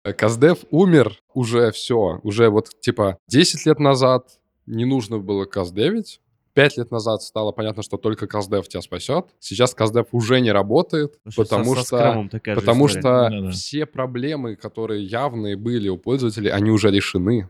Каздев умер уже все. Уже вот типа 10 лет назад не нужно было каздевить. 5 лет назад стало понятно, что только каздев тебя спасет. Сейчас каздев уже не работает, Слушай, потому со что, скрамом такая же потому история. что Да-да. все проблемы, которые явные были у пользователей, они уже решены.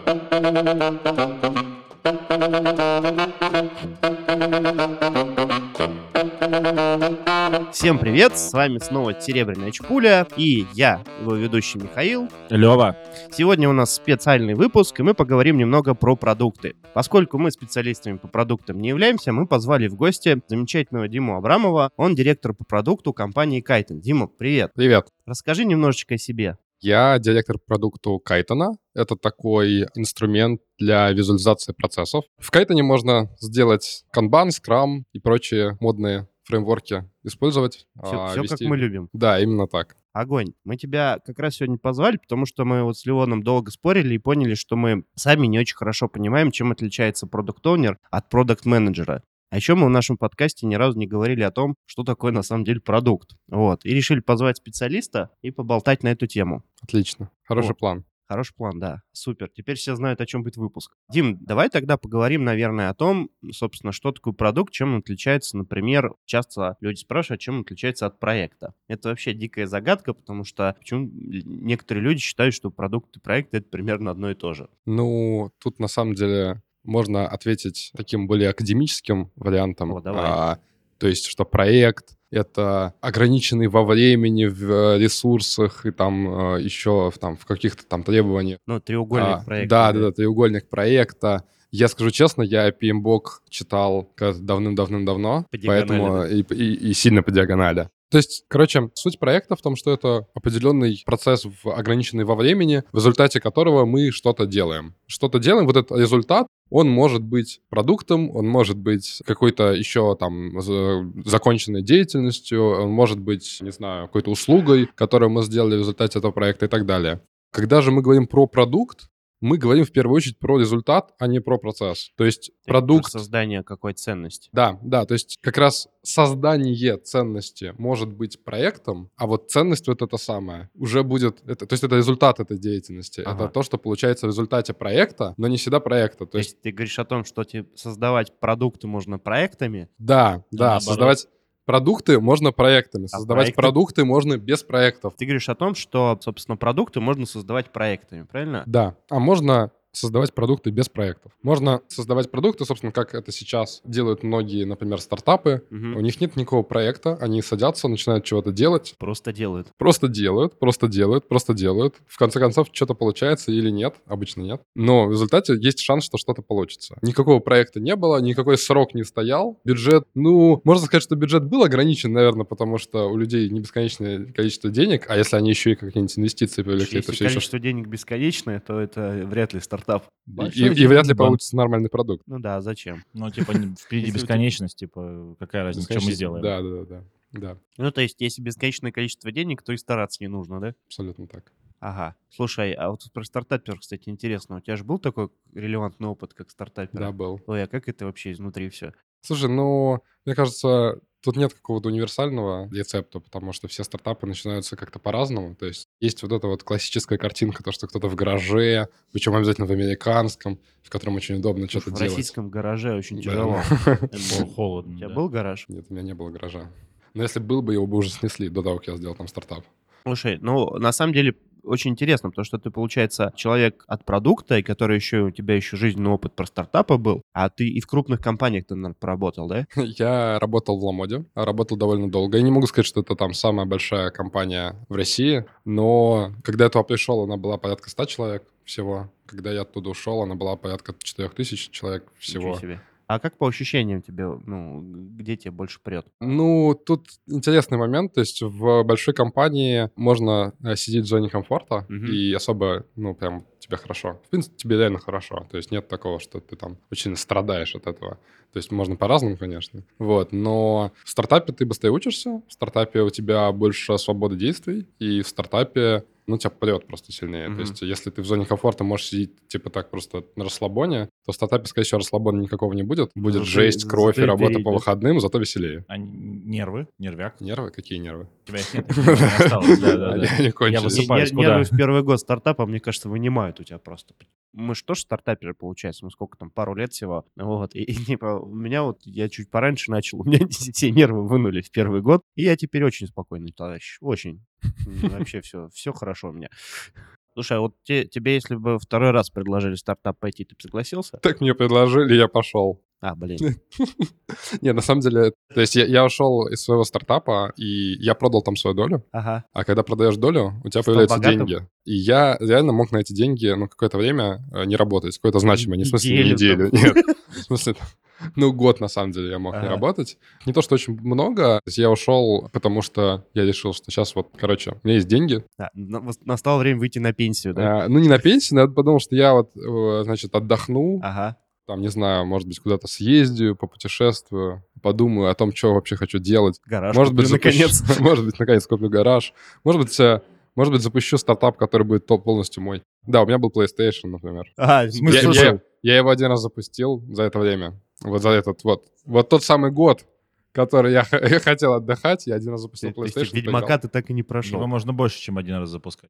Всем привет, с вами снова Серебряная Чпуля и я, его ведущий Михаил. Лёва. Сегодня у нас специальный выпуск, и мы поговорим немного про продукты. Поскольку мы специалистами по продуктам не являемся, мы позвали в гости замечательного Диму Абрамова. Он директор по продукту компании Кайтон. Дима, привет. Привет. Расскажи немножечко о себе. Я директор продукту Кайтона. Это такой инструмент для визуализации процессов. В Кайтоне можно сделать Kanban, Scrum и прочие модные фреймворки использовать. Все как мы любим. Да, именно так. Огонь. Мы тебя как раз сегодня позвали, потому что мы вот с Леоном долго спорили и поняли, что мы сами не очень хорошо понимаем, чем отличается продукт-оунер от продакт-менеджера. А еще мы в нашем подкасте ни разу не говорили о том, что такое на самом деле продукт. Вот. И решили позвать специалиста и поболтать на эту тему. Отлично. Хороший Вот. план. Хороший план, да. Супер. Теперь все знают, о чем будет выпуск. Дим, давай тогда поговорим, наверное, о том, собственно, что такое продукт, чем он отличается, например, часто люди спрашивают, чем он отличается от проекта. Это вообще дикая загадка, потому что почему некоторые люди считают, что продукт и проект — это примерно одно и то же. Ну, тут на самом деле можно ответить таким более академическим вариантом. О, давай. То есть, что проект — это ограниченный во времени, в ресурсах и там еще в каких-то там требованиях. Ну, треугольник проекта. Да, треугольник проекта. Я скажу честно, я PMBOK читал давным-давным-давно, По диагонали, поэтому и сильно по диагонали. То есть, короче, суть проекта в том, что это определенный процесс, ограниченный во времени, в результате которого мы что-то делаем. Что-то делаем, вот этот результат, он может быть продуктом, он может быть какой-то еще там законченной деятельностью, он может быть, не знаю, какой-то услугой, которую мы сделали в результате этого проекта и так далее. Когда же мы говорим про продукт, мы говорим в первую очередь про результат, а не про процесс. То есть продукт... Про создание какой ценности. Да, то есть как раз создание ценности может быть проектом, а вот ценность вот это самое уже будет... То есть это результат этой деятельности. Ага. Это то, что получается в результате проекта, но не всегда проекта. То есть ты говоришь о том, что создавать продукты можно проектами? Да, создавать... Продукты можно проектами, создавать продукты можно без проектов. Ты говоришь о том, что, собственно, продукты можно создавать проектами, правильно? Да, а можно создавать продукты без проектов. Можно создавать продукты, собственно, как это сейчас делают многие, например, стартапы. Угу. У них нет никакого проекта, они садятся, начинают чего-то делать. Просто делают. Просто делают. В конце концов, что-то получается или нет. Обычно нет. Но в результате есть шанс, что что-то получится. Никакого проекта не было, никакой срок не стоял. Бюджет, можно сказать, что бюджет был ограничен, наверное, потому что у людей не бесконечное количество денег, а если они еще и какие-нибудь инвестиции привлекли, если то все количество денег бесконечное, то это вряд ли стартап. И вряд ли получится нормальный продукт. Ну да, зачем? Ну, типа, впереди бесконечность, типа, какая разница, что мы сделаем? Да. Ну, то есть, если бесконечное количество денег, то и стараться не нужно, да? Абсолютно так. Ага. Слушай, а вот про стартапер, кстати, интересно. У тебя же был такой релевантный опыт, как стартапера? Да, был. Ой, а как это вообще изнутри все? Слушай, мне кажется, тут нет какого-то универсального рецепта, потому что все стартапы начинаются как-то по-разному. То есть есть вот эта вот классическая картинка, то, что кто-то в гараже, причем обязательно в американском, в котором очень удобно что-то делать. В российском гараже очень тяжело. Было холодно. У тебя был гараж? Нет, у меня не было гаража. Но если был бы, его бы уже снесли до того, как я сделал там стартап. Слушай, на самом деле очень интересно, потому что ты, получается, человек от продукта, и который у тебя еще жизненный опыт про стартапы был, а ты и в крупных компаниях ты, наверное, поработал, да? Я работал в Ламоде, работал довольно долго. Я не могу сказать, что это там самая большая компания в России, но когда я туда пришел, она была порядка 100 человек всего. Когда я оттуда ушел, она была порядка 4000 человек всего. Ничего себе. А как по ощущениям тебе, где тебе больше прет? Тут интересный момент. То есть в большой компании можно сидеть в зоне комфорта, и особо, прям тебе хорошо. В принципе, тебе реально хорошо. То есть нет такого, что ты там очень страдаешь от этого. То есть можно по-разному, конечно. Но в стартапе ты быстрее учишься, в стартапе у тебя больше свободы действий, и в стартапе тебя прет просто сильнее. То есть если ты в зоне комфорта можешь сидеть типа так просто на расслабоне, то в стартапе, скорее всего, расслабона никакого не будет. Будет жесть, кровь и работа по выходным, зато веселее. А Нервы, нервяк. Нервы? Какие нервы? У тебя их нет, их не осталось. Да. Они кончились. высыпаюсь. Куда? Нервы в первый год стартапа, мне кажется, вынимают у тебя просто. Мы же тоже стартаперы, получается, мы сколько там, пару лет всего, вот, и типа у меня вот, я чуть пораньше начал, у меня все нервы вынули в первый год, и я теперь очень спокойный товарищ, очень. Вообще все хорошо у меня. Слушай, а вот тебе, если бы второй раз предложили стартап пойти, ты бы согласился? Так мне предложили, я пошел. Блин. Не, на самом деле, то есть я ушел из своего стартапа, и я продал там свою долю. Ага. А когда продаешь долю, у тебя Стал появляются богатым? деньги. И я реально мог на эти деньги, какое-то время не работать. Какое-то значимое, не в смысле Неделю неделю. Нет, в смысле, год на самом деле я мог не Ага. работать. Не то, что очень много. То есть я ушел, потому что я решил, что сейчас вот, короче, у меня есть деньги. Настало время выйти на пенсию, да? Не на пенсию, но я подумал, что я вот, значит, отдохну. Ага. Там, не знаю, может быть, куда-то съездию, попутешествую, подумаю о том, что вообще хочу делать. Гараж Может быть, куплю, наконец. Может быть, наконец куплю гараж. Может быть, запущу стартап, который будет полностью мой. Да, у меня был PlayStation, например. В смысле? Я его один раз запустил за это время. Вот за этот вот. Вот тот самый год, который я хотел отдыхать, я один раз запустил PlayStation. Ведьмака ты так и не Его прошел. можно больше, чем один раз запускать.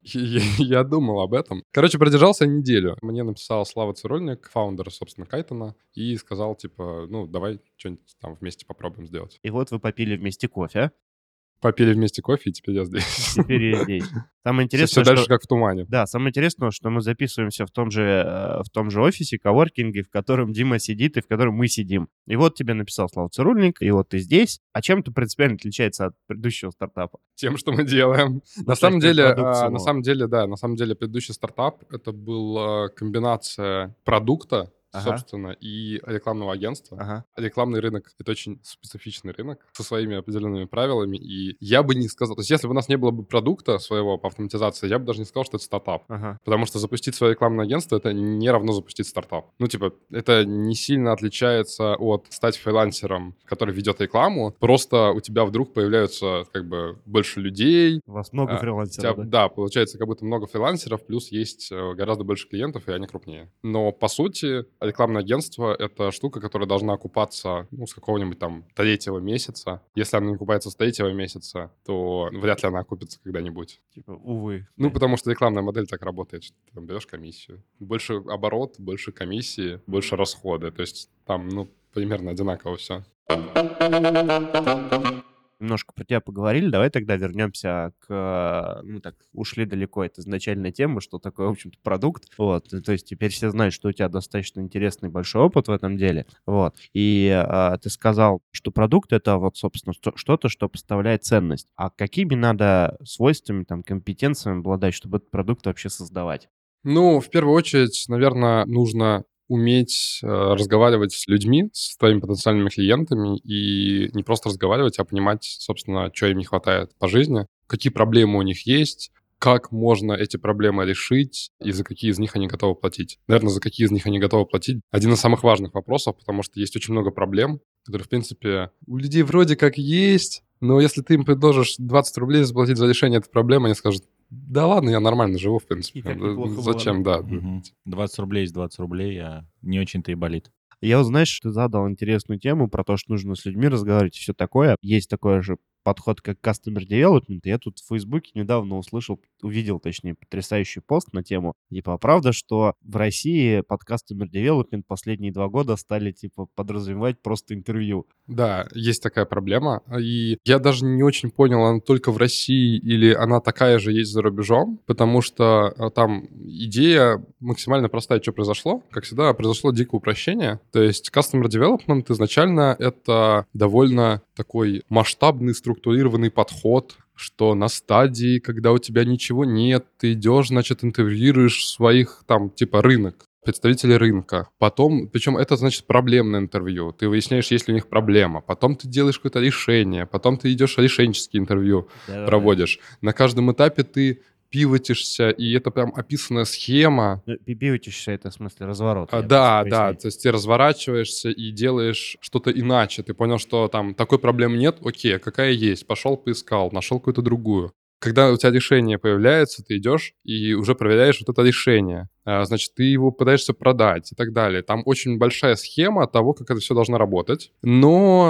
Я думал об этом. Короче, продержался неделю. Мне написал Слава Цирульник, фаундер, собственно, Кайтона, и сказал, типа, давай что-нибудь там вместе попробуем сделать. И вот вы попили вместе кофе, Попили вместе кофе, и теперь я здесь. теперь я здесь. Самое Все интересное, дальше что... как в тумане. Да, самое интересное, что мы записываемся в том же офисе, коворкинге, в котором Дима сидит и в котором мы сидим. И вот тебе написал Слава Цирульник, и вот ты здесь. А чем ты принципиально отличается от предыдущего стартапа? Тем, что мы делаем. На то самом есть деле, продукцию на самом деле, да, на самом деле предыдущий стартап это была комбинация продукта, Ага. собственно, и рекламного агентства. Ага. Рекламный рынок — это очень специфичный рынок со своими определенными правилами, и я бы не сказал... То есть если бы у нас не было бы продукта своего по автоматизации, я бы даже не сказал, что это стартап. Ага. Потому что запустить свое рекламное агентство — это не равно запустить стартап. Это не сильно отличается от стать фрилансером, который ведет рекламу. Просто у тебя вдруг появляются как бы больше людей. У вас много У фрилансеров, тебя, да? да, получается как будто много фрилансеров, плюс есть гораздо больше клиентов, и они крупнее. Но по сути рекламное агентство — это штука, которая должна окупаться с какого-нибудь там 3-го месяца. Если она не окупается с 3-го месяца, то вряд ли она окупится когда-нибудь. Типа, увы. Потому что рекламная модель так работает, что ты там берешь комиссию. Больше оборот, больше комиссии, больше расходы. То есть там, примерно одинаково все. Немножко про тебя поговорили, давай тогда вернемся ушли далеко от изначальной темы, что такое, в общем-то, продукт. Вот, то есть теперь все знают, что у тебя достаточно интересный большой опыт в этом деле. Вот, и ты сказал, что продукт — это вот, собственно, что-то, что поставляет ценность. А какими надо свойствами, там, компетенциями обладать, чтобы этот продукт вообще создавать? В первую очередь, наверное, нужно уметь разговаривать с людьми, с твоими потенциальными клиентами, и не просто разговаривать, а понимать, собственно, что им не хватает по жизни, какие проблемы у них есть, как можно эти проблемы решить и за какие из них они готовы платить. Наверное, за какие из них они готовы платить — один из самых важных вопросов, потому что есть очень много проблем, которые, в принципе, у людей вроде как есть, но если ты им предложишь 20 рублей заплатить за решение этой проблемы, они скажут: да ладно, я нормально живу, в принципе. И так неплохо Зачем, было, да. 20 рублей есть 20 рублей, а не очень-то и болит. Я вот, знаешь, ты задал интересную тему про то, что нужно с людьми разговаривать и все такое. Есть такой же подход, как Customer Development. Я тут в Фейсбуке недавно увидел, потрясающий пост на тему. Типа, правда, что в России под Customer Development последние 2 года стали, подразумевать просто интервью. Да, есть такая проблема. И я даже не очень понял, она только в России или она такая же есть за рубежом, потому что там идея максимально простая. Что произошло? Как всегда, произошло дикое упрощение. То есть Customer Development изначально это довольно такой масштабный, структурированный подход, что на стадии, когда у тебя ничего нет, ты идешь, значит, интервьюируешь своих рынок, представителей рынка. Потом, причем это значит проблемное интервью. Ты выясняешь, есть ли у них проблема. Потом ты делаешь какое-то решение. Потом ты идешь решенческие интервью проводишь. На каждом этапе ты пивотишься, и это прям описанная схема. Пивотишься — это в смысле разворот. Да, то есть ты разворачиваешься и делаешь что-то иначе. Ты понял, что там такой проблемы нет, окей, какая есть? Пошел, поискал, нашел какую-то другую. Когда у тебя решение появляется, ты идешь и уже проверяешь вот это решение. Значит, ты его пытаешься продать и так далее. Там очень большая схема того, как это все должно работать. Но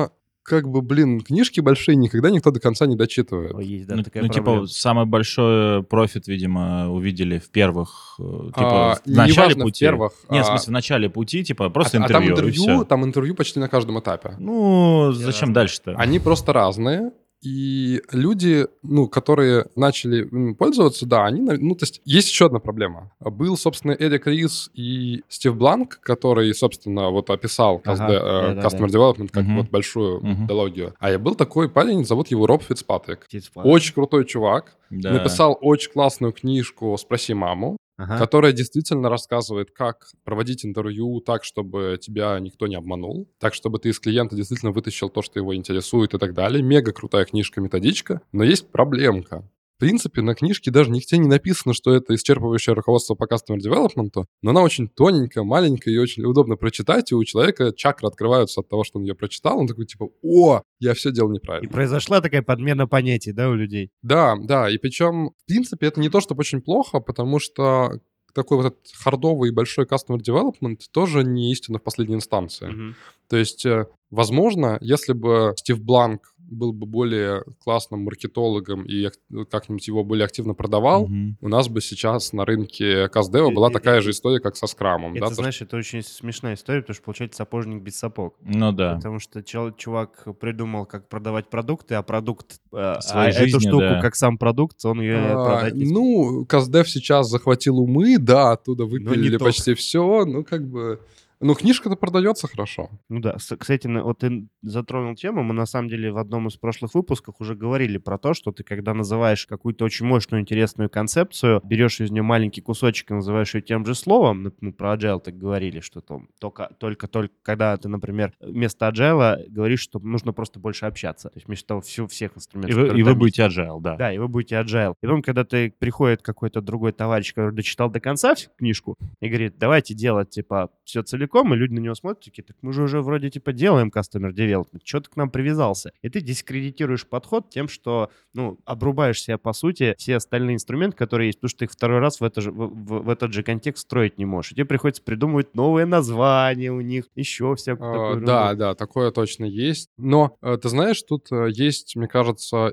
как бы, блин, книжки большие никогда никто до конца не дочитывает. Ой, есть, да, Ну, такая проблема. типа, самый большой профит, видимо, увидели в первых, типа, в начале неважно, пути. в первых. Нет, в смысле, в начале пути, типа, просто интервью, и все. Там интервью почти на каждом этапе. Ну, Все зачем разные. дальше-то? Они просто разные. И люди, которые начали им пользоваться, да, они, то есть есть еще одна проблема. Был, собственно, Эрик Рис и Стив Бланк, который, собственно, вот описал Ага, Customer Development как Мгм. вот большую Мгм. методологию. А был такой парень, зовут его Роб Фицпатрик. Фицпатрик. Очень крутой чувак. Да. Написал очень классную книжку «Спроси маму», Ага. которая действительно рассказывает, как проводить интервью так, чтобы тебя никто не обманул, так, чтобы ты из клиента действительно вытащил то, что его интересует и так далее. Мега крутая книжка-методичка, но есть проблемка. В принципе, на книжке даже нигде не написано, что это исчерпывающее руководство по Customer Development, но она очень тоненькая, маленькая и очень удобно прочитать, и у человека чакры открываются от того, что он ее прочитал, он такой типа «О, я все делал И неправильно». произошла такая подмена понятий, да, у людей? Да, и причем, в принципе, это не то, чтобы очень плохо, потому что такой вот этот хардовый и большой customer development тоже не истина в последней инстанции. Мгм. То есть, возможно, если бы Стив Бланк был бы более классным маркетологом и как-нибудь его более активно продавал, Мгм. у нас бы сейчас на рынке CastDev была такая же история, как со скрамом. Это, Да? знаешь, это очень смешная история, потому что получается сапожник без сапог. Ну да. Потому что чувак придумал, как продавать продукты, а продукт, Своей эту жизнью, штуку, да. как сам продукт, он ее продать не смог. CastDev сейчас захватил умы, да, оттуда не выпилили тот. почти все, книжка-то продается хорошо. Ну да, кстати, вот ты затронул тему, мы на самом деле в одном из прошлых выпусков уже говорили про то, что ты когда называешь какую-то очень мощную, интересную концепцию, берешь из нее маленький кусочек и называешь ее тем же словом, мы про agile так говорили, что там только когда ты, например, вместо agile говоришь, что нужно просто больше общаться, то есть вместо того всех инструментов, И которые вы там будете agile, да. Да, и вы будете agile. И потом, когда приходит какой-то другой товарищ, который дочитал до конца всю книжку, и говорит, давайте делать, типа, все целиком, и люди на него смотрят, такие, так мы же уже вроде, типа, делаем customer development, что ты к нам привязался? И ты дискредитируешь подход тем, что, обрубаешь себе, по сути, все остальные инструменты, которые есть, потому что ты их второй раз в этот же контекст строить не можешь. И тебе приходится придумывать новые названия у них, еще всякую такую ерунду. Да, такое точно есть. Но, ты знаешь, тут есть, мне кажется,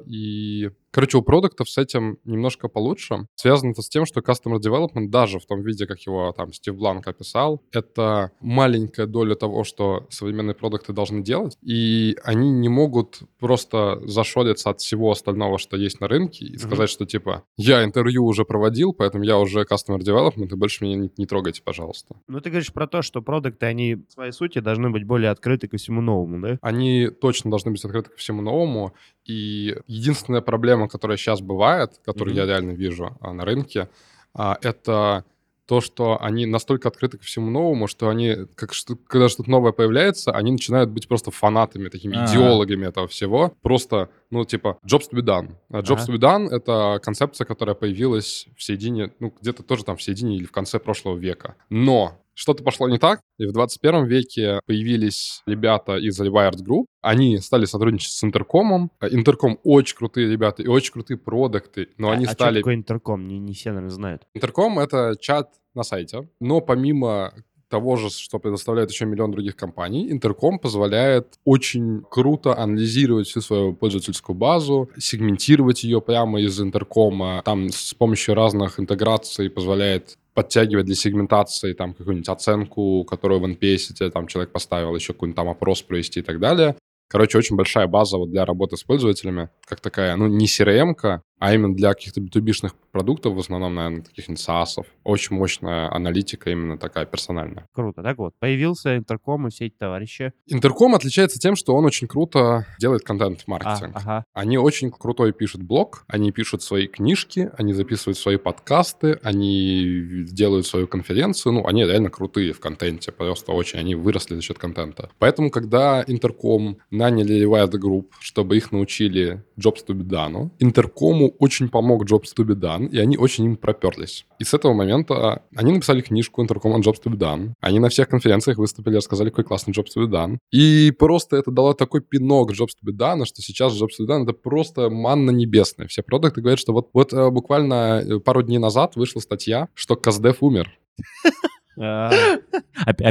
у продуктов с этим немножко получше. Связано это с тем, что Customer Development, даже в том виде, как его там Стив Бланк описал, это маленькая доля того, что современные продукты должны делать, и они не могут просто зашориться от всего остального, что есть на рынке, и сказать, что типа, я интервью уже проводил, поэтому я уже Customer Development, и больше меня не трогайте, пожалуйста. Ну, ты говоришь про то, что продукты, они в своей сути должны быть более открыты ко всему новому, да? Они точно должны быть открыты ко всему новому. И единственная проблема, которая сейчас бывает, которую я реально вижу на рынке, это то, что они настолько открыты ко всему новому, что они, когда что-то новое появляется, они начинают быть просто фанатами, такими идеологами этого всего. Просто, jobs to be done. Jobs to be done — это концепция, которая появилась в середине, где-то тоже там в середине или в конце прошлого века. Но что-то пошло не так, и в 21 веке появились ребята из Rewired Group. Они стали сотрудничать с Интеркомом. Интерком очень крутые ребята и очень крутые продукты, но они что стали... такое интерком? Не все, наверное, знают. Интерком — это чат на сайте, но помимо того же, что предоставляет еще миллион других компаний, Интерком позволяет очень круто анализировать всю свою пользовательскую базу, сегментировать ее прямо из Интеркома. Там с помощью разных интеграций позволяет подтягивать для сегментации там какую-нибудь оценку, которую в NPS тебе там человек поставил, еще какой-нибудь там опрос провести и так далее. Короче, очень большая база вот для работы с пользователями, как такая, не CRM-ка, а именно для каких-то B2B-шных продуктов, в основном, наверное, каких-нибудь SaaS-ов. Очень мощная аналитика, именно такая персональная. Круто. Так вот, появился Интерком и все эти товарищи. Интерком отличается тем, что он очень круто делает контент-маркетинг. Ага. Они очень крутой пишут блог, они пишут свои книжки, они записывают свои подкасты, они делают свою конференцию. Они реально крутые в контенте, просто очень. Они выросли за счет контента. Поэтому, когда Интерком наняли Rewired Group, чтобы их научили Jobs to be done, Интеркому очень помог Jobs to be done, и они очень им проперлись. И с этого момента они написали книжку Интерком on Jobs to be done. Они на всех конференциях выступили, рассказали, какой классный Jobs to be done. И просто это дало такой пинок Jobs to be done, что сейчас Jobs to be done — это просто манна небесная. Все продукты говорят, что вот буквально пару дней назад вышла статья, что CastDev умер. Опять?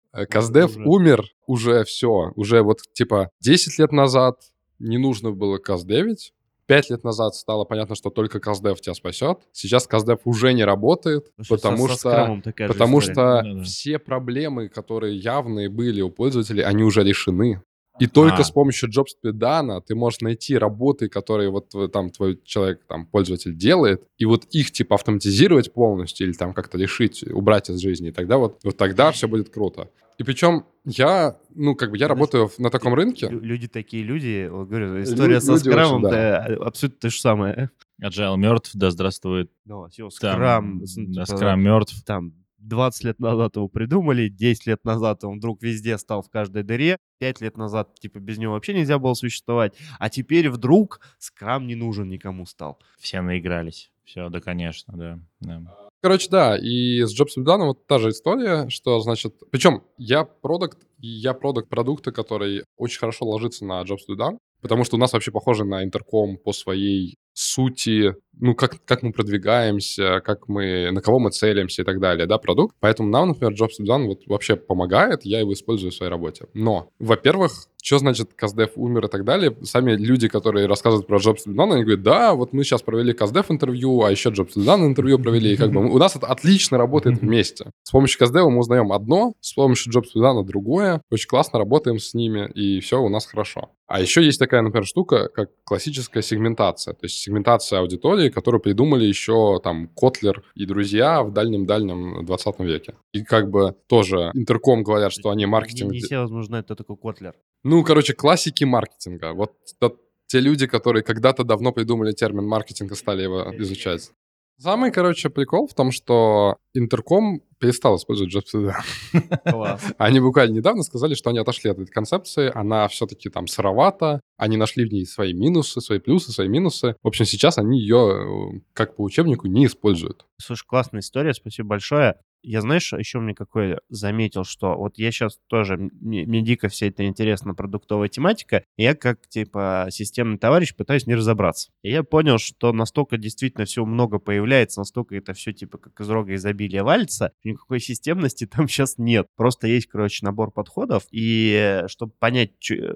Каздев Уже. умер, уже все. Уже вот типа 10 лет назад не нужно было каздевить. 5 лет назад стало понятно, что только каздев тебя спасет. Сейчас каздев уже не работает, Слушай, потому со что, скрамом такая же потому история. что Да-да. все проблемы, которые явные были у пользователей, они уже решены. И только с помощью JobSpeed ты можешь найти работы, которые вот там твой человек, там, пользователь делает, и вот их типа автоматизировать полностью или там как-то решить, убрать из жизни. И тогда вот тогда все будет круто. И причем я работаю на таком рынке. Люди такие люди, вот говорю, история со Люди очень, скрамом, да. да, абсолютно то же самое. Agile мертв, да здравствует. Да, всё, Там, скрам, да, типа, скрам мертв. там 20 лет назад его придумали, 10 лет назад он вдруг везде стал в каждой дыре, 5 лет назад, типа, без него вообще нельзя было существовать, а теперь вдруг скрам не нужен никому стал. Все наигрались. Все, да, конечно, да. Короче, да, и с JobSpeed вот та же история, что, значит... Причем я продукт продукта, который очень хорошо ложится на JobSpeed, потому что у нас вообще похоже на интерком по своей сути, ну, как мы продвигаемся, на кого мы целимся и так далее, да, продукт. Поэтому нам, например, JobSpeed вот вообще помогает, я его использую в своей работе. Но, во-первых, что значит каздев умер и так далее? Сами люди, которые рассказывают про JobSpeed, они говорят, да, вот мы сейчас провели каздев интервью, а еще JobSpeed интервью провели, и как бы у нас это отлично работает вместе. С помощью каздева мы узнаем одно, с помощью JobSpeed другое, очень классно работаем с ними, и все у нас хорошо. А еще есть такая, например, штука, как классическая сегментация, то есть сегментация аудитории, которую придумали еще там Котлер и друзья в дальнем-дальнем 20 веке. И как бы тоже интерком говорят, что они маркетинг... Не все возможно, это такой Котлер. Ну, короче, классики маркетинга. Вот те люди, которые когда-то давно придумали термин маркетинга, стали его изучать. Самый, прикол в том, что интерком перестал использовать JobSpeed. Класс. Они буквально недавно сказали, что они отошли от этой концепции, она все-таки там сыровата, они нашли в ней свои минусы, свои плюсы, свои минусы. В общем, сейчас они ее, как по учебнику, не используют. Слушай, классная история, спасибо большое. Я, знаешь, еще мне какой заметил, что вот я сейчас тоже, мне дико вся эта интересна продуктовая тематика, и я как, типа, системный товарищ пытаюсь не разобраться. И я понял, что настолько действительно всего много появляется, настолько это все, типа, как из рога изобилия валится, никакой системности там сейчас нет. Просто есть, набор подходов, и чтобы понять,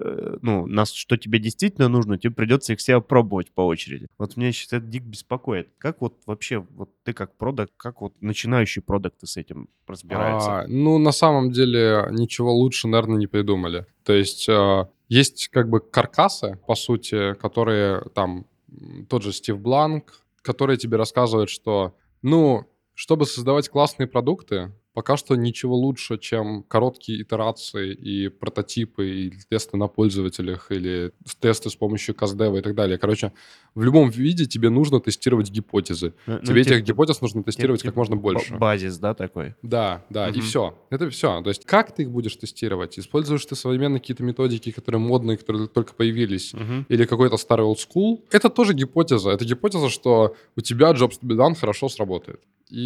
что тебе действительно нужно, тебе придется их все опробовать по очереди. Вот меня сейчас это дико беспокоит. Как вот вообще, вот ты как продакт, как вот начинающий продакт с этим разбирается? На самом деле ничего лучше, наверное, не придумали. То есть есть как бы каркасы, по сути, которые там тот же Стив Бланк, которые тебе рассказывают, что, чтобы создавать классные продукты, пока что ничего лучше, чем короткие итерации и прототипы, и тесты на пользователях, или тесты с помощью каздева и так далее. Короче, в любом виде тебе нужно тестировать гипотезы. Тебе этих гипотез нужно тестировать как можно больше. Базис, да, такой? Да, и все. Это все. То есть как ты их будешь тестировать? Используешь ты современные какие-то методики, которые модные, которые только появились, или какой-то старый old school? Это тоже гипотеза. Это гипотеза, что у тебя JobSpeed хорошо сработает.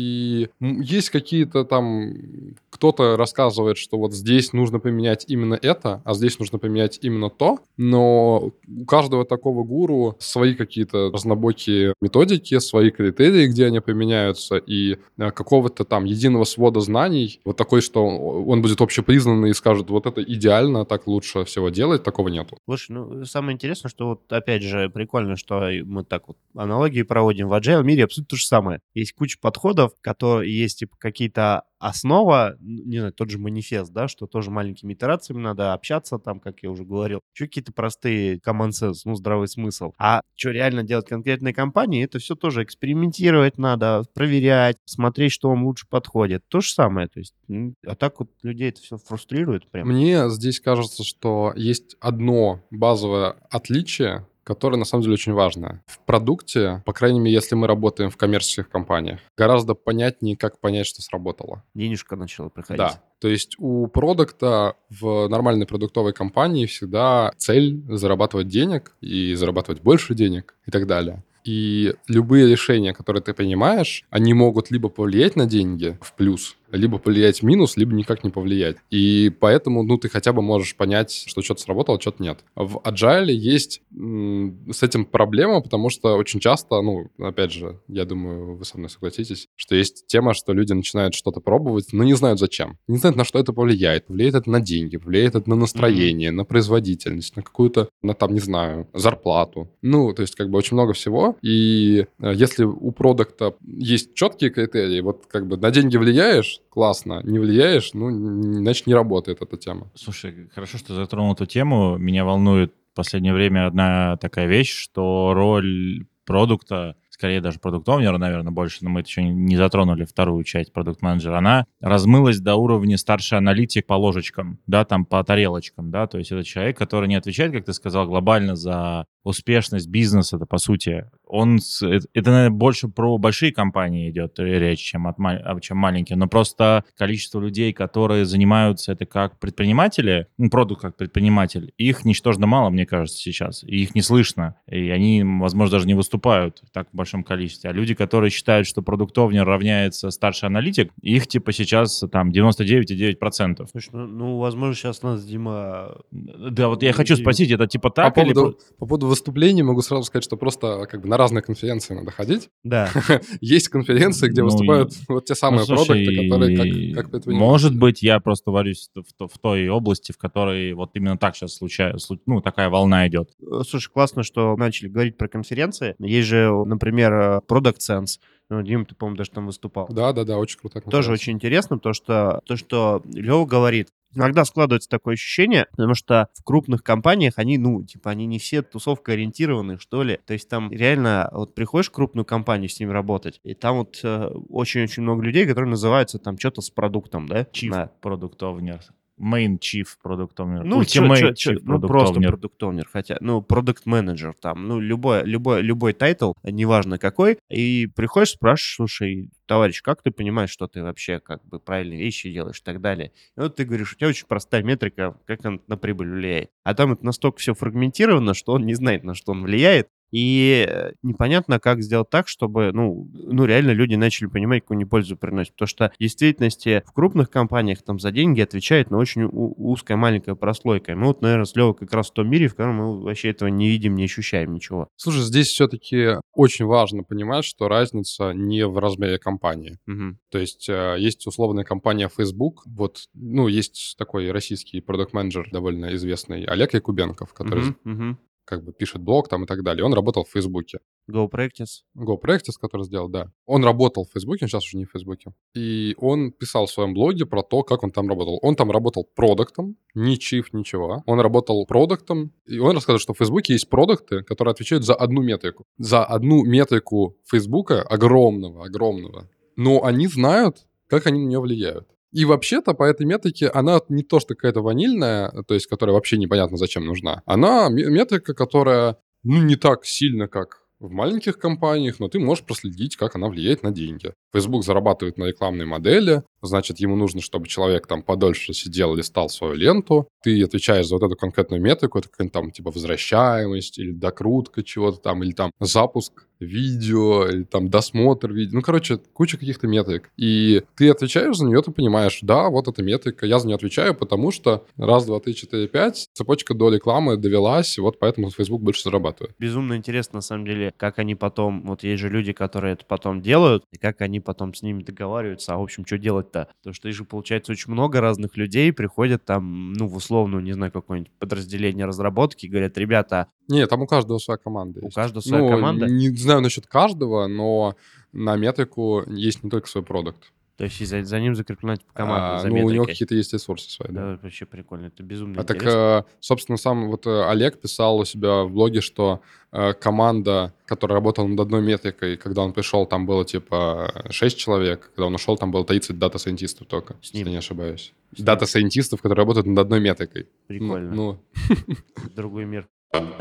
И есть какие-то там... Кто-то рассказывает, что вот здесь нужно поменять именно это, а здесь нужно поменять именно то, но у каждого такого гуру свои какие-то разнобокие методики, свои критерии, где они применяются, и какого-то там единого свода знаний, вот такой, что он будет общепризнанный и скажет, вот это идеально, так лучше всего делать, такого нету. Слушай, самое интересное, что вот опять же прикольно, что мы так вот аналогии проводим. В Agile мире абсолютно то же самое. Есть куча подходов, которые есть типа какие-то основа, не знаю, тот же манифест, да, что тоже маленькими итерациями надо общаться, там, как я уже говорил. Еще какие-то простые common sense, здравый смысл. А что реально делать конкретной компании, это все тоже экспериментировать надо, проверять, смотреть, что вам лучше подходит. То же самое, то есть, а так вот людей это все фрустрирует прям. Мне здесь кажется, что есть одно базовое отличие, которое на самом деле очень важно. В продукте, по крайней мере, если мы работаем в коммерческих компаниях, гораздо понятнее, как понять, что сработало. Денежка начала приходить. Да. То есть у продукта в нормальной продуктовой компании всегда цель зарабатывать денег и зарабатывать больше денег и так далее. И любые решения, которые ты принимаешь, они могут либо повлиять на деньги в плюс, либо повлиять в минус, либо никак не повлиять. И поэтому, ты хотя бы можешь понять, что что-то сработало, что-то нет. В Agile есть с этим проблема, потому что очень часто, опять же, я думаю, вы со мной согласитесь, что есть тема, что люди начинают что-то пробовать, но не знают зачем. Не знают, на что это повлияет. Влияет это на деньги, влияет это на настроение, на производительность, на какую-то, не знаю, зарплату. То есть как бы очень много всего. И если у продукта есть четкие критерии, вот как бы на деньги влияешь, классно, не влияешь, значит, не работает эта тема. Слушай, хорошо, что затронул эту тему. Меня волнует в последнее время одна такая вещь, что роль продукта, скорее даже продукт-оунера, наверное, больше, но мы еще не затронули вторую часть продукт-менеджера, она размылась до уровня старший аналитик по ложечкам, да, там по тарелочкам, да, то есть это человек, который не отвечает, как ты сказал, глобально за успешность бизнеса, это по сути. Это, наверное, больше про большие компании идет речь, чем маленькие, но просто количество людей, которые занимаются это как предприниматели, продукт как предприниматель, их ничтожно мало, мне кажется, сейчас, и их не слышно, и они, возможно, даже не выступают так в большом количестве. А люди, которые считают, что продукт-овнер равняется старший аналитик, их типа сейчас там 99,9%. Слушай, возможно, сейчас нас, Дима... Да, вот я хочу спросить, это типа так или... По поводу выступлений могу сразу сказать, что просто как бы на разные конференции надо ходить. Да. Есть конференции, где выступают вот те самые продукты, которые как предприниматели. Может быть, я просто варюсь в той области, в которой вот именно так сейчас случается, такая волна идет. Слушай, классно, что начали говорить про конференции. Есть же, например, Product Sense. Дим, ты, по-моему, даже там выступал. Да, очень круто. Тоже очень интересно, то, что Лёва говорит. Иногда складывается такое ощущение, потому что в крупных компаниях они, они не все тусовкой ориентированы, что ли. То есть там реально вот приходишь в крупную компанию с ними работать, и там вот очень-очень много людей, которые называются там что-то с продуктом, да? Chief Product Owner. Main Chief Product Owner. Ultimate Chief Product просто Owner. Product Owner, хотя, Product Manager, там, любой тайтл, неважно какой, и приходишь, спрашиваешь, слушай, товарищ, как ты понимаешь, что ты вообще как бы правильные вещи делаешь и так далее. И вот ты говоришь, у тебя очень простая метрика, как он на прибыль влияет. А там это настолько все фрагментировано, что он не знает, на что он влияет. И непонятно, как сделать так, чтобы, реально люди начали понимать, какую они пользу приносят. Потому что в действительности в крупных компаниях там за деньги отвечает на очень узкая маленькая прослойка. И мы вот, наверное, с Левой как раз в том мире, в котором мы вообще этого не видим, не ощущаем ничего. Слушай, здесь все-таки очень важно понимать, что разница не в размере компании. Угу. То есть есть условная компания Facebook. Вот, есть такой российский продакт-менеджер довольно известный, Олег Якубенков, который... как бы пишет блог там и так далее. Он работал в Фейсбуке. GoPractice, который сделал, да. Он работал в Фейсбуке, он сейчас уже не в Фейсбуке. И он писал в своем блоге про то, как он там работал. Он там работал продуктом, не чиф, ничего. Он работал продуктом, и он рассказывает, что в Фейсбуке есть продукты, которые отвечают за одну метрику. За одну метрику Фейсбука, огромного. Но они знают, как они на нее влияют. И вообще-то по этой метрике она не то, что какая-то ванильная, то есть которая вообще непонятно зачем нужна. Она метрика, которая, не так сильно, как в маленьких компаниях, но ты можешь проследить, как она влияет на деньги. Facebook зарабатывает на рекламной модели, значит, ему нужно, чтобы человек там подольше сидел, листал свою ленту. Ты отвечаешь за вот эту конкретную метрику, это какая-то там типа возвращаемость, или докрутка чего-то там, или там запуск видео, или там досмотр видео. Куча каких-то метрик. И ты отвечаешь за нее, ты понимаешь, да, вот эта метрика, я за нее отвечаю, потому что раз, два, три, четыре, пять, цепочка до рекламы довелась, вот поэтому Facebook больше зарабатывает. Безумно интересно, на самом деле, как они потом, вот есть же люди, которые это потом делают, и как они потом с ними договариваются, в общем, что делать-то? Потому что их же, получается, очень много разных людей приходят там, в условную, не знаю, какое-нибудь подразделение разработки и говорят, ребята... Нет, там у каждого своя команда есть. У каждого своя команда? Не знаю насчет каждого, но на метрику есть не только свой продукт. То есть за ним закреплена команда, за метрикой. У него какие-то есть ресурсы свои, да. Да, вообще прикольно, это безумно интересно. Так, собственно, сам вот Олег писал у себя в блоге, что команда, которая работала над одной метрикой, когда он пришел, там было типа 6 человек, когда он ушел, там было 30 дата-сайентистов только, если не ошибаюсь. Дата-сайентистов, которые работают над одной метрикой. Прикольно. Другой мир.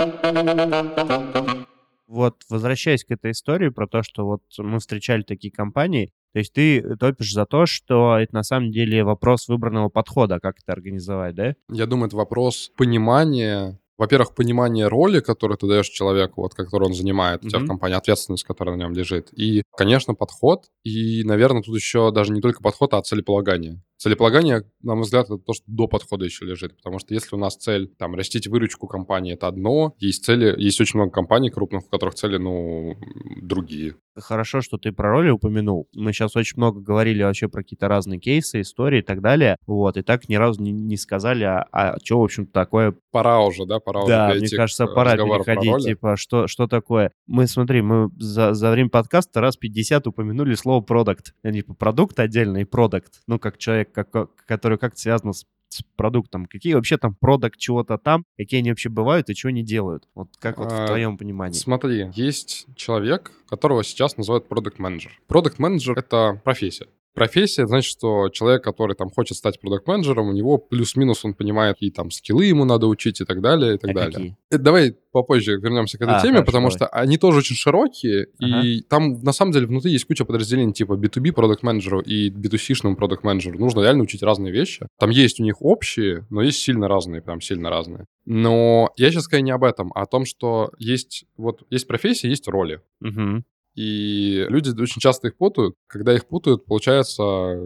Вот, возвращаясь к этой истории про то, что вот мы встречали такие компании, то есть ты топишь за то, что это на самом деле вопрос выбранного подхода, как это организовать, да? Я думаю, это вопрос понимания Во-первых, понимание роли, которую ты даешь человеку, вот, который он занимает у тебя в Мгм. компании, ответственность, которая на нем лежит. И, конечно, подход. И, наверное, тут еще даже не только подход, а целеполагание. Целеполагание, на мой взгляд, это то, что до подхода еще лежит. Потому что если у нас цель, там, растить выручку компании, это одно. Есть цели, есть очень много компаний крупных, у которых цели, другие. Хорошо, что ты про роли упомянул. Мы сейчас очень много говорили вообще про какие-то разные кейсы, истории и так далее. Вот, и так ни разу не сказали, что, в общем-то, такое. Пора уже, да? Пора уже Да, мне перейти кажется, к пора разговору про переходить, роли. типа, что такое. Смотри, мы за время подкаста раз 50 упомянули слово продукт. Типа продукт отдельно и продукт. Ну, как человек, который как-то связан с продуктом. Какие вообще там продукт чего-то там, какие они вообще бывают и чего они делают. Вот как вот в твоем понимании. Смотри, есть человек, которого сейчас называют продакт-менеджер. Продакт-менеджер — это профессия. Профессия, значит, что человек, который там хочет стать продакт-менеджером, у него плюс-минус он понимает, какие там скиллы ему надо учить и так далее, и так далее. Какие? Давай попозже вернемся к этой теме, хорошо, потому давай. что они тоже очень широкие, Ага. и там на самом деле внутри есть куча подразделений типа B2B продакт-менеджеру и B2C-шному продакт-менеджеру. Нужно реально учить разные вещи. Там есть у них общие, но есть сильно разные, прям сильно разные. Но я сейчас скорее не об этом, а о том, что есть профессии, есть роли. Угу. И люди очень часто их путают. Когда их путают, получается,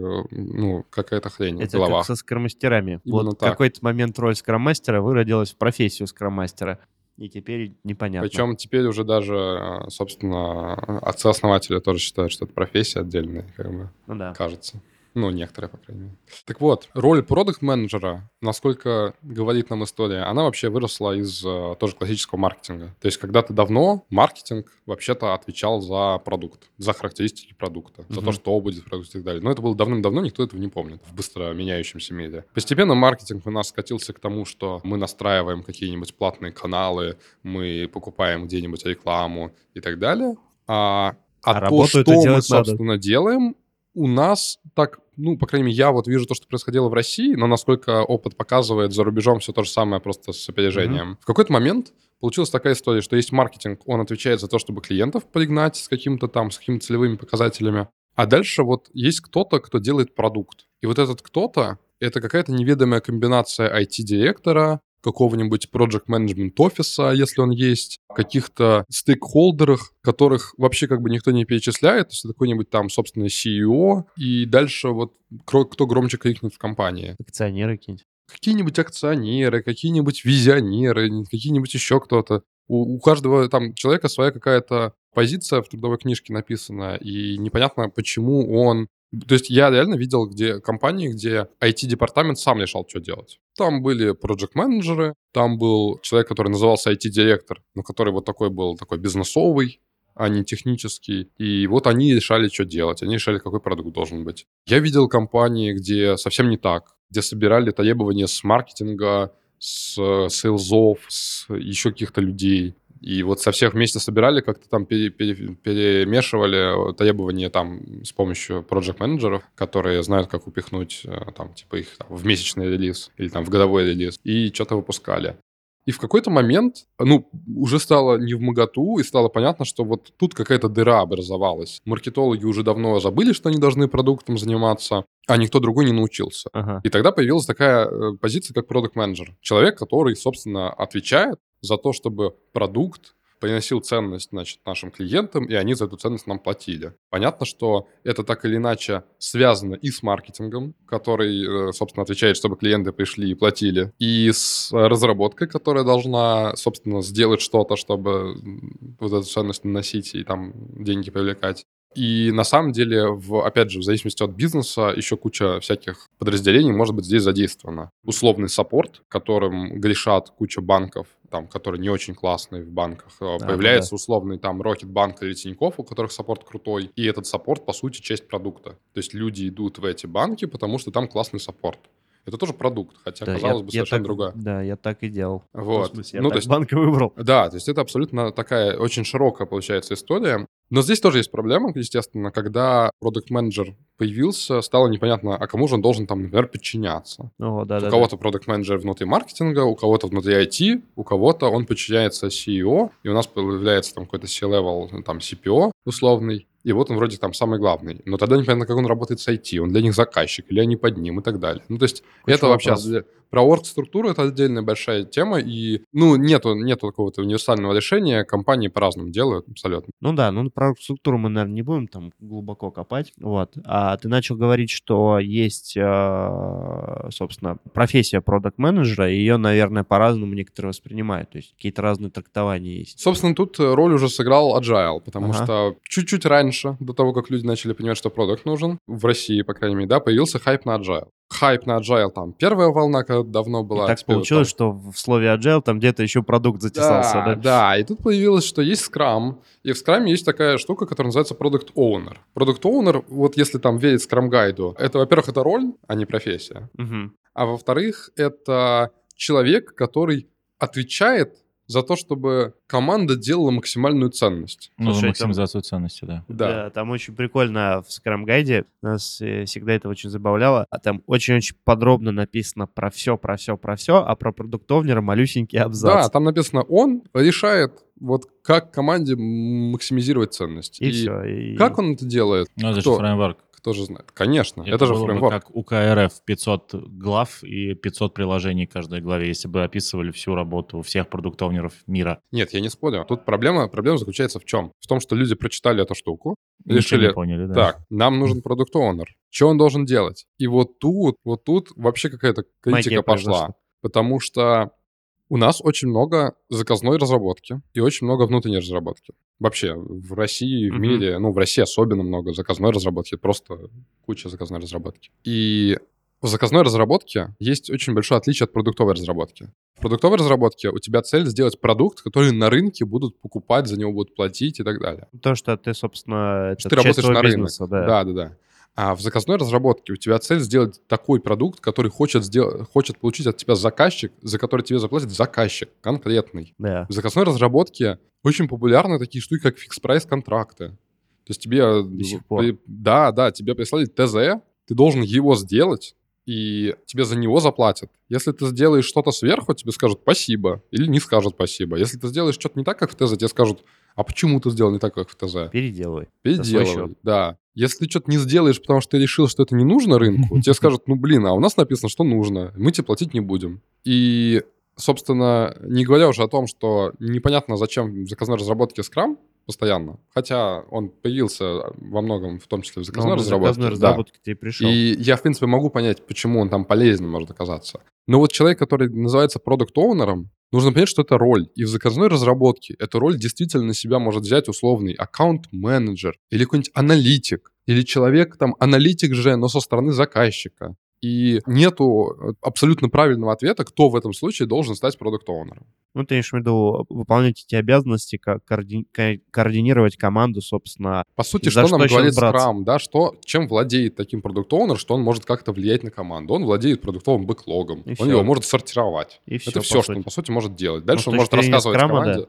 какая-то хрень в Это головах. как со скромастерами. Именно Вот в так. какой-то момент роль скроммастера выродилась в профессию скроммастера. И теперь непонятно. Причем теперь уже даже, собственно, отцы-основатели тоже считают, что это профессия отдельная, как бы, Ну да. кажется. Некоторые, по крайней мере. Так вот, роль продакт-менеджера, насколько говорит нам история, она вообще выросла из тоже классического маркетинга. То есть когда-то давно маркетинг вообще-то отвечал за продукт, за характеристики продукта, за то, что будет в продукте и так далее. Но это было давным-давно, никто этого не помнит в быстро меняющемся мире. Постепенно маркетинг у нас скатился к тому, что мы настраиваем какие-нибудь платные каналы, мы покупаем где-нибудь рекламу и так далее. А то, работу это что мы, делать надо. собственно, делаем, у нас так, по крайней мере, я вот вижу то, что происходило в России, но насколько опыт показывает, за рубежом все то же самое, просто с опережением. В какой-то момент получилась такая история, что есть маркетинг, он отвечает за то, чтобы клиентов пригнать с какими-то целевыми показателями. А дальше вот есть кто-то, кто делает продукт. И вот этот кто-то — это какая-то неведомая комбинация IT-директора, какого-нибудь project management офиса, если он есть, каких-то стейкхолдеров, которых вообще как бы никто не перечисляет, то есть это какой-нибудь там, собственно, CEO, и дальше вот кто громче крикнет в компании. Акционеры какие-нибудь. Какие-нибудь акционеры, какие-нибудь визионеры, какие-нибудь еще кто-то. У каждого там человека своя какая-то позиция в трудовой книжке написана, и непонятно, почему он... То есть я реально видел компании, где IT-департамент сам решал, что делать. Там были проект-менеджеры, там был человек, который назывался IT-директор, но который вот такой был, такой бизнесовый, а не технический. И вот они решали, что делать. Они решали, какой продукт должен быть. Я видел компании, где совсем не так, где собирали требования с маркетинга, с сейлзов, с еще каких-то людей. И вот со всех вместе собирали, как-то там перемешивали требования там с помощью проект-менеджеров, которые знают, как упихнуть там типа их там, в месячный релиз или там в годовой релиз, и что-то выпускали. И в какой-то момент, уже стало невмоготу, и стало понятно, что вот тут какая-то дыра образовалась. Маркетологи уже давно забыли, что они должны продуктом заниматься, а никто другой не научился. Ага. И тогда появилась такая позиция, как продакт-менеджер. Человек, который, собственно, отвечает за то, чтобы продукт приносил ценность, нашим клиентам, и они за эту ценность нам платили. Понятно, что это так или иначе связано и с маркетингом, который, собственно, отвечает, чтобы клиенты пришли и платили, и с разработкой, которая должна, собственно, сделать что-то, чтобы вот эту ценность наносить и там деньги привлекать. И на самом деле, опять же, в зависимости от бизнеса, еще куча всяких подразделений может быть здесь задействована. Условный саппорт, которым грешат куча банков, там, которые не очень классные в банках. Появляется условный там Рокетбанк или Тинькофф, у которых саппорт крутой. И этот саппорт, по сути, часть продукта. То есть люди идут в эти банки, потому что там классный саппорт. Это тоже продукт, хотя, Да, казалось бы, совершенно другое. Да, я так и делал. Вот. В смысле, я банк выбрал. Да, то есть это абсолютно такая очень широкая, получается, история. Но здесь тоже есть проблема, естественно, когда продакт-менеджер появился, стало непонятно, а кому же он должен там, например, подчиняться. У кого-то продакт-менеджер внутри маркетинга, у кого-то внутри IT, у кого-то он подчиняется CEO, и у нас появляется там какой-то C-level, там CPO условный. и вот он вроде там самый главный. Но тогда непонятно, как он работает с IT, он для них заказчик, или они под ним и так далее. Ну, то есть Куча это вообще... вопросов. Про орг-структуру это отдельная большая тема, и, ну, нету какого-то универсального решения, компании по-разному делают абсолютно. Ну да, ну про структуру мы, наверное, не будем там глубоко копать. Вот. А ты начал говорить, что есть, собственно, профессия продакт-менеджера, и ее, наверное, по-разному некоторые воспринимают. То есть какие-то разные трактования есть. Собственно, тут роль уже сыграл Agile, потому Ага. что чуть-чуть раньше, до того, как люди начали понимать, что продукт нужен, в России, по крайней мере, да, появился хайп на Agile. Хайп на Agile там первая волна, когда давно была. И так теперь вот получилось, что в слове agile там где-то еще продукт затесался, да? Да, и тут появилось, что есть Scrum, и в Scrum есть такая штука, которая называется Product Owner. Product Owner, вот если там верить Scrum гайду, это, во-первых, это роль, а не профессия. Мгм. А во-вторых, это человек, который отвечает за то, чтобы команда делала максимальную ценность. Ну, за Слушай, максимизацию ценности, да. Да. Там очень прикольно в Scrum гайде, нас всегда это очень забавляло, а там очень-очень подробно написано про все, а про продуктовнера малюсенький абзац. Да, там написано, он решает, вот как команде максимизировать ценность. И все. И... Как он это делает? Ну, это же Кто? фреймворк. Кто же знает? Конечно, это же было бы фреймворк. как у КРФ 500 глав и 500 приложений каждой главе, если бы описывали всю работу всех продуктовнеров мира. Нет, я не спорю. Тут проблема заключается в чем? В том, что люди прочитали эту штуку, Ничего решили, не поняли, да. так, нам нужен продукт-оунер. Что он должен делать? И вот тут вообще какая-то критика Магия пошла. произошла. Потому что у нас очень много заказной разработки и очень много внутренней разработки. Вообще, в России, в Мгм. мире, ну, в России особенно много заказной разработки, просто куча заказной разработки. И в заказной разработке есть очень большое отличие от продуктовой разработки. В продуктовой разработке у тебя цель сделать продукт, который на рынке будут покупать, за него будут платить и так далее. То, что ты, собственно, Что это ты часть работаешь твоего на рынок. бизнеса, да. Да. А в заказной разработке у тебя цель сделать такой продукт, который хочет получить от тебя заказчик, за который тебе заплатит заказчик конкретный. Да. В заказной разработке очень популярны такие штуки, как фикс-прайс контракты. То есть тебе... До сих пор. Тебе прислали ТЗ, ты должен его сделать, и тебе за него заплатят. Если ты сделаешь что-то сверху, тебе скажут спасибо или не скажут спасибо. Если ты сделаешь что-то не так, как в ТЗ, тебе скажут, а почему ты сделал не так, как в ТЗ? Переделывай. За свой Переделывай, счет. да. Если ты что-то не сделаешь, потому что ты решил, что это не нужно рынку, тебе скажут, ну, блин, а у нас написано, что нужно, мы тебе платить не будем. И, собственно, не говоря уже о том, что непонятно, зачем в заказной разработке Scrum постоянно, хотя он появился во многом, в том числе в Но заказной он из разработке. заказной да. разработки ты и пришел. И я, в принципе, могу понять, почему он там полезен может оказаться. Но вот человек, который называется продукт-оунером, нужно понять, что это роль. И в заказной разработке эту роль действительно на себя может взять условный аккаунт-менеджер или какой-нибудь аналитик, или человек там аналитик же, но со стороны заказчика. И нету абсолютно правильного ответа, кто в этом случае должен стать продукт-оунером. Ну, ты имеешь в виду выполнять эти обязанности, как координировать команду, собственно. По сути, За что нам что говорит щас браться? Scrum, да, чем владеет таким продукт-оунер, что он может как-то влиять на команду. Он владеет продуктовым бэклогом, И он всё. его может сортировать. И Это всё, все, по что он, сути. по сути, может делать. Дальше Ну, он с может точки зрения рассказывать скрама, команде.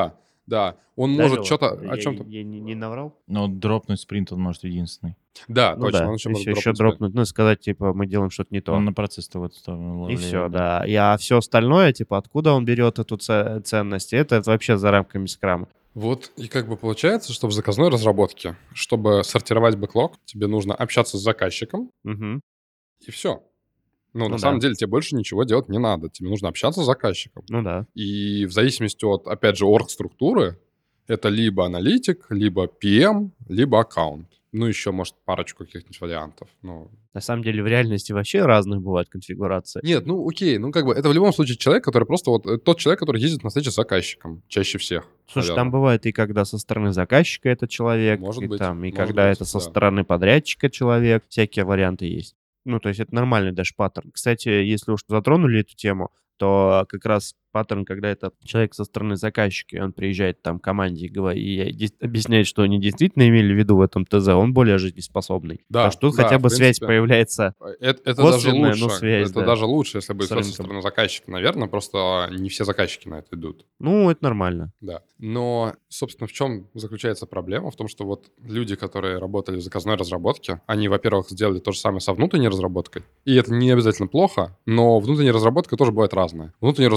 Да. Он Да, может Лёва? что-то о чем-то... Я не наврал? Но дропнуть спринт он может единственный. Да, Ну точно. да, Он еще и может всё, еще дропнуть. дропнуть, ну и сказать, типа, мы делаем что-то не то. Он на процесс-то в эту сторону И влияет, все, да. А все остальное, типа, откуда он берет эту ценность, это вообще за рамками скрама. Вот, и как бы получается, что в заказной разработке, чтобы сортировать бэклог, тебе нужно общаться с заказчиком, Мгм. и все. Ну, Ну на да. самом деле, тебе больше ничего делать не надо. Тебе нужно общаться с заказчиком. Ну да. И в зависимости от, опять же, орг-структуры, это либо аналитик, либо PM, либо аккаунт. Ну, еще, может, парочку каких-нибудь вариантов. Ну, На самом деле в реальности вообще разные бывают конфигурации. нет, ну, окей. Ну, как бы, это в любом случае человек, который просто вот... Тот человек, который ездит на встречу с заказчиком. Чаще всех. Слушай, наверное. там бывает и когда со стороны заказчика это человек, Может и быть, там, и может когда быть, это со да. стороны подрядчика человек, всякие варианты есть. Ну, то есть это нормальный даже паттерн. Кстати, если уж затронули эту тему, то как раз паттерн, когда это человек со стороны заказчика, и он приезжает там к команде и объясняет, что они действительно имели в виду в этом ТЗ, он более жизнеспособный. Да, Потому что тут да, хотя в бы связь принципе. появляется. Это даже Косвенная, лучше. но связь, Это да, даже лучше, если будет с со рынком. стороны заказчика, наверное. Просто не все заказчики на это идут. Ну, это нормально. Да. Но, собственно, в чем заключается проблема? В том, что вот люди, которые работали в заказной разработке, они, во-первых, сделали то же самое со внутренней разработкой. И это не обязательно плохо, но внутренняя разработка тоже бывает разная. Внутреннюю разработку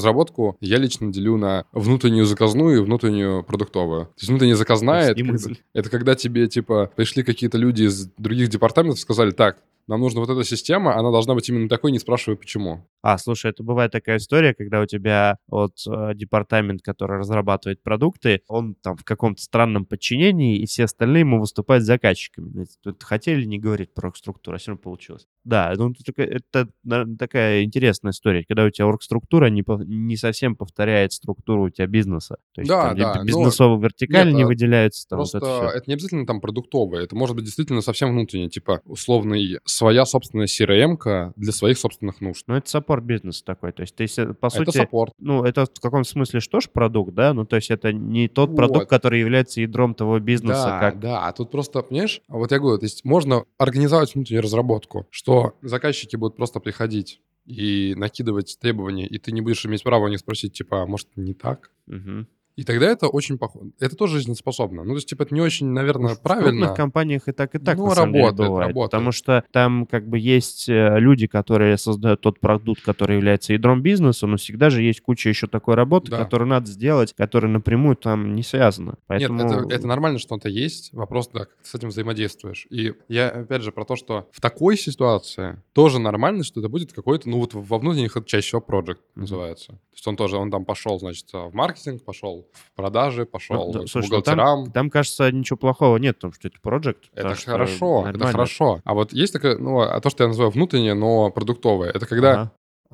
разработку я лично делю на внутреннюю заказную и внутреннюю продуктовую. То есть внутренняя заказная — это когда тебе, типа, пришли какие-то люди из других департаментов и сказали: так, нам нужна вот эта система, она должна быть именно такой, не спрашивай почему. Слушай, это бывает такая история, когда у тебя департамент, который разрабатывает продукты, он там в каком-то странном подчинении, и все остальные ему выступают заказчиками. Тут хотели не говорить про оргструктуру, а все равно получилось. Да, ну это такая интересная история, когда у тебя оргструктура не совсем повторяет структуру у тебя бизнеса. То есть Да, там да, бизнесовая вертикаль не выделяется. Там просто вот это все. это не обязательно там продуктовое, это может быть действительно совсем внутреннее, типа условный своя собственная CRM-ка для своих собственных нужд. Ну, это саппорт бизнеса такой. То есть, по Это сути, саппорт. ну, это в каком смысле что ж продукт, да? Ну, то есть это не тот Вот. продукт, который является ядром того бизнеса, Да, как... да, тут просто, понимаешь, вот я говорю, то есть можно организовать внутреннюю разработку, что заказчики будут просто приходить и накидывать требования, и ты не будешь иметь права у них спросить, типа, а может, не так? Мгм. И тогда это очень похоже. Это тоже жизнеспособно. Ну, то есть, типа, это не очень, наверное, В крупных правильно. компаниях и так, Ну, на самом деле, работает, бывает. работает. Потому что там как бы есть люди, которые создают тот продукт, который является ядром бизнеса, но всегда же есть куча еще такой работы, Да. которую надо сделать, которая напрямую там не связана. Поэтому... Нет, это нормально, что это есть. Вопрос, да, как ты с этим взаимодействуешь. И я, опять же, про то, что в такой ситуации тоже нормально, что это будет какой-то, ну, вот во внутренних это чаще всего project называется. То есть он там пошел, значит, в маркетинг, пошел в продажи, пошел Да, к слушай, бухгалтерам. там, кажется, ничего плохого нет в том, что это project. Это потому что хорошо, это нормально. хорошо. А вот есть такое, ну, то, что я называю внутреннее, но продуктовое. Это когда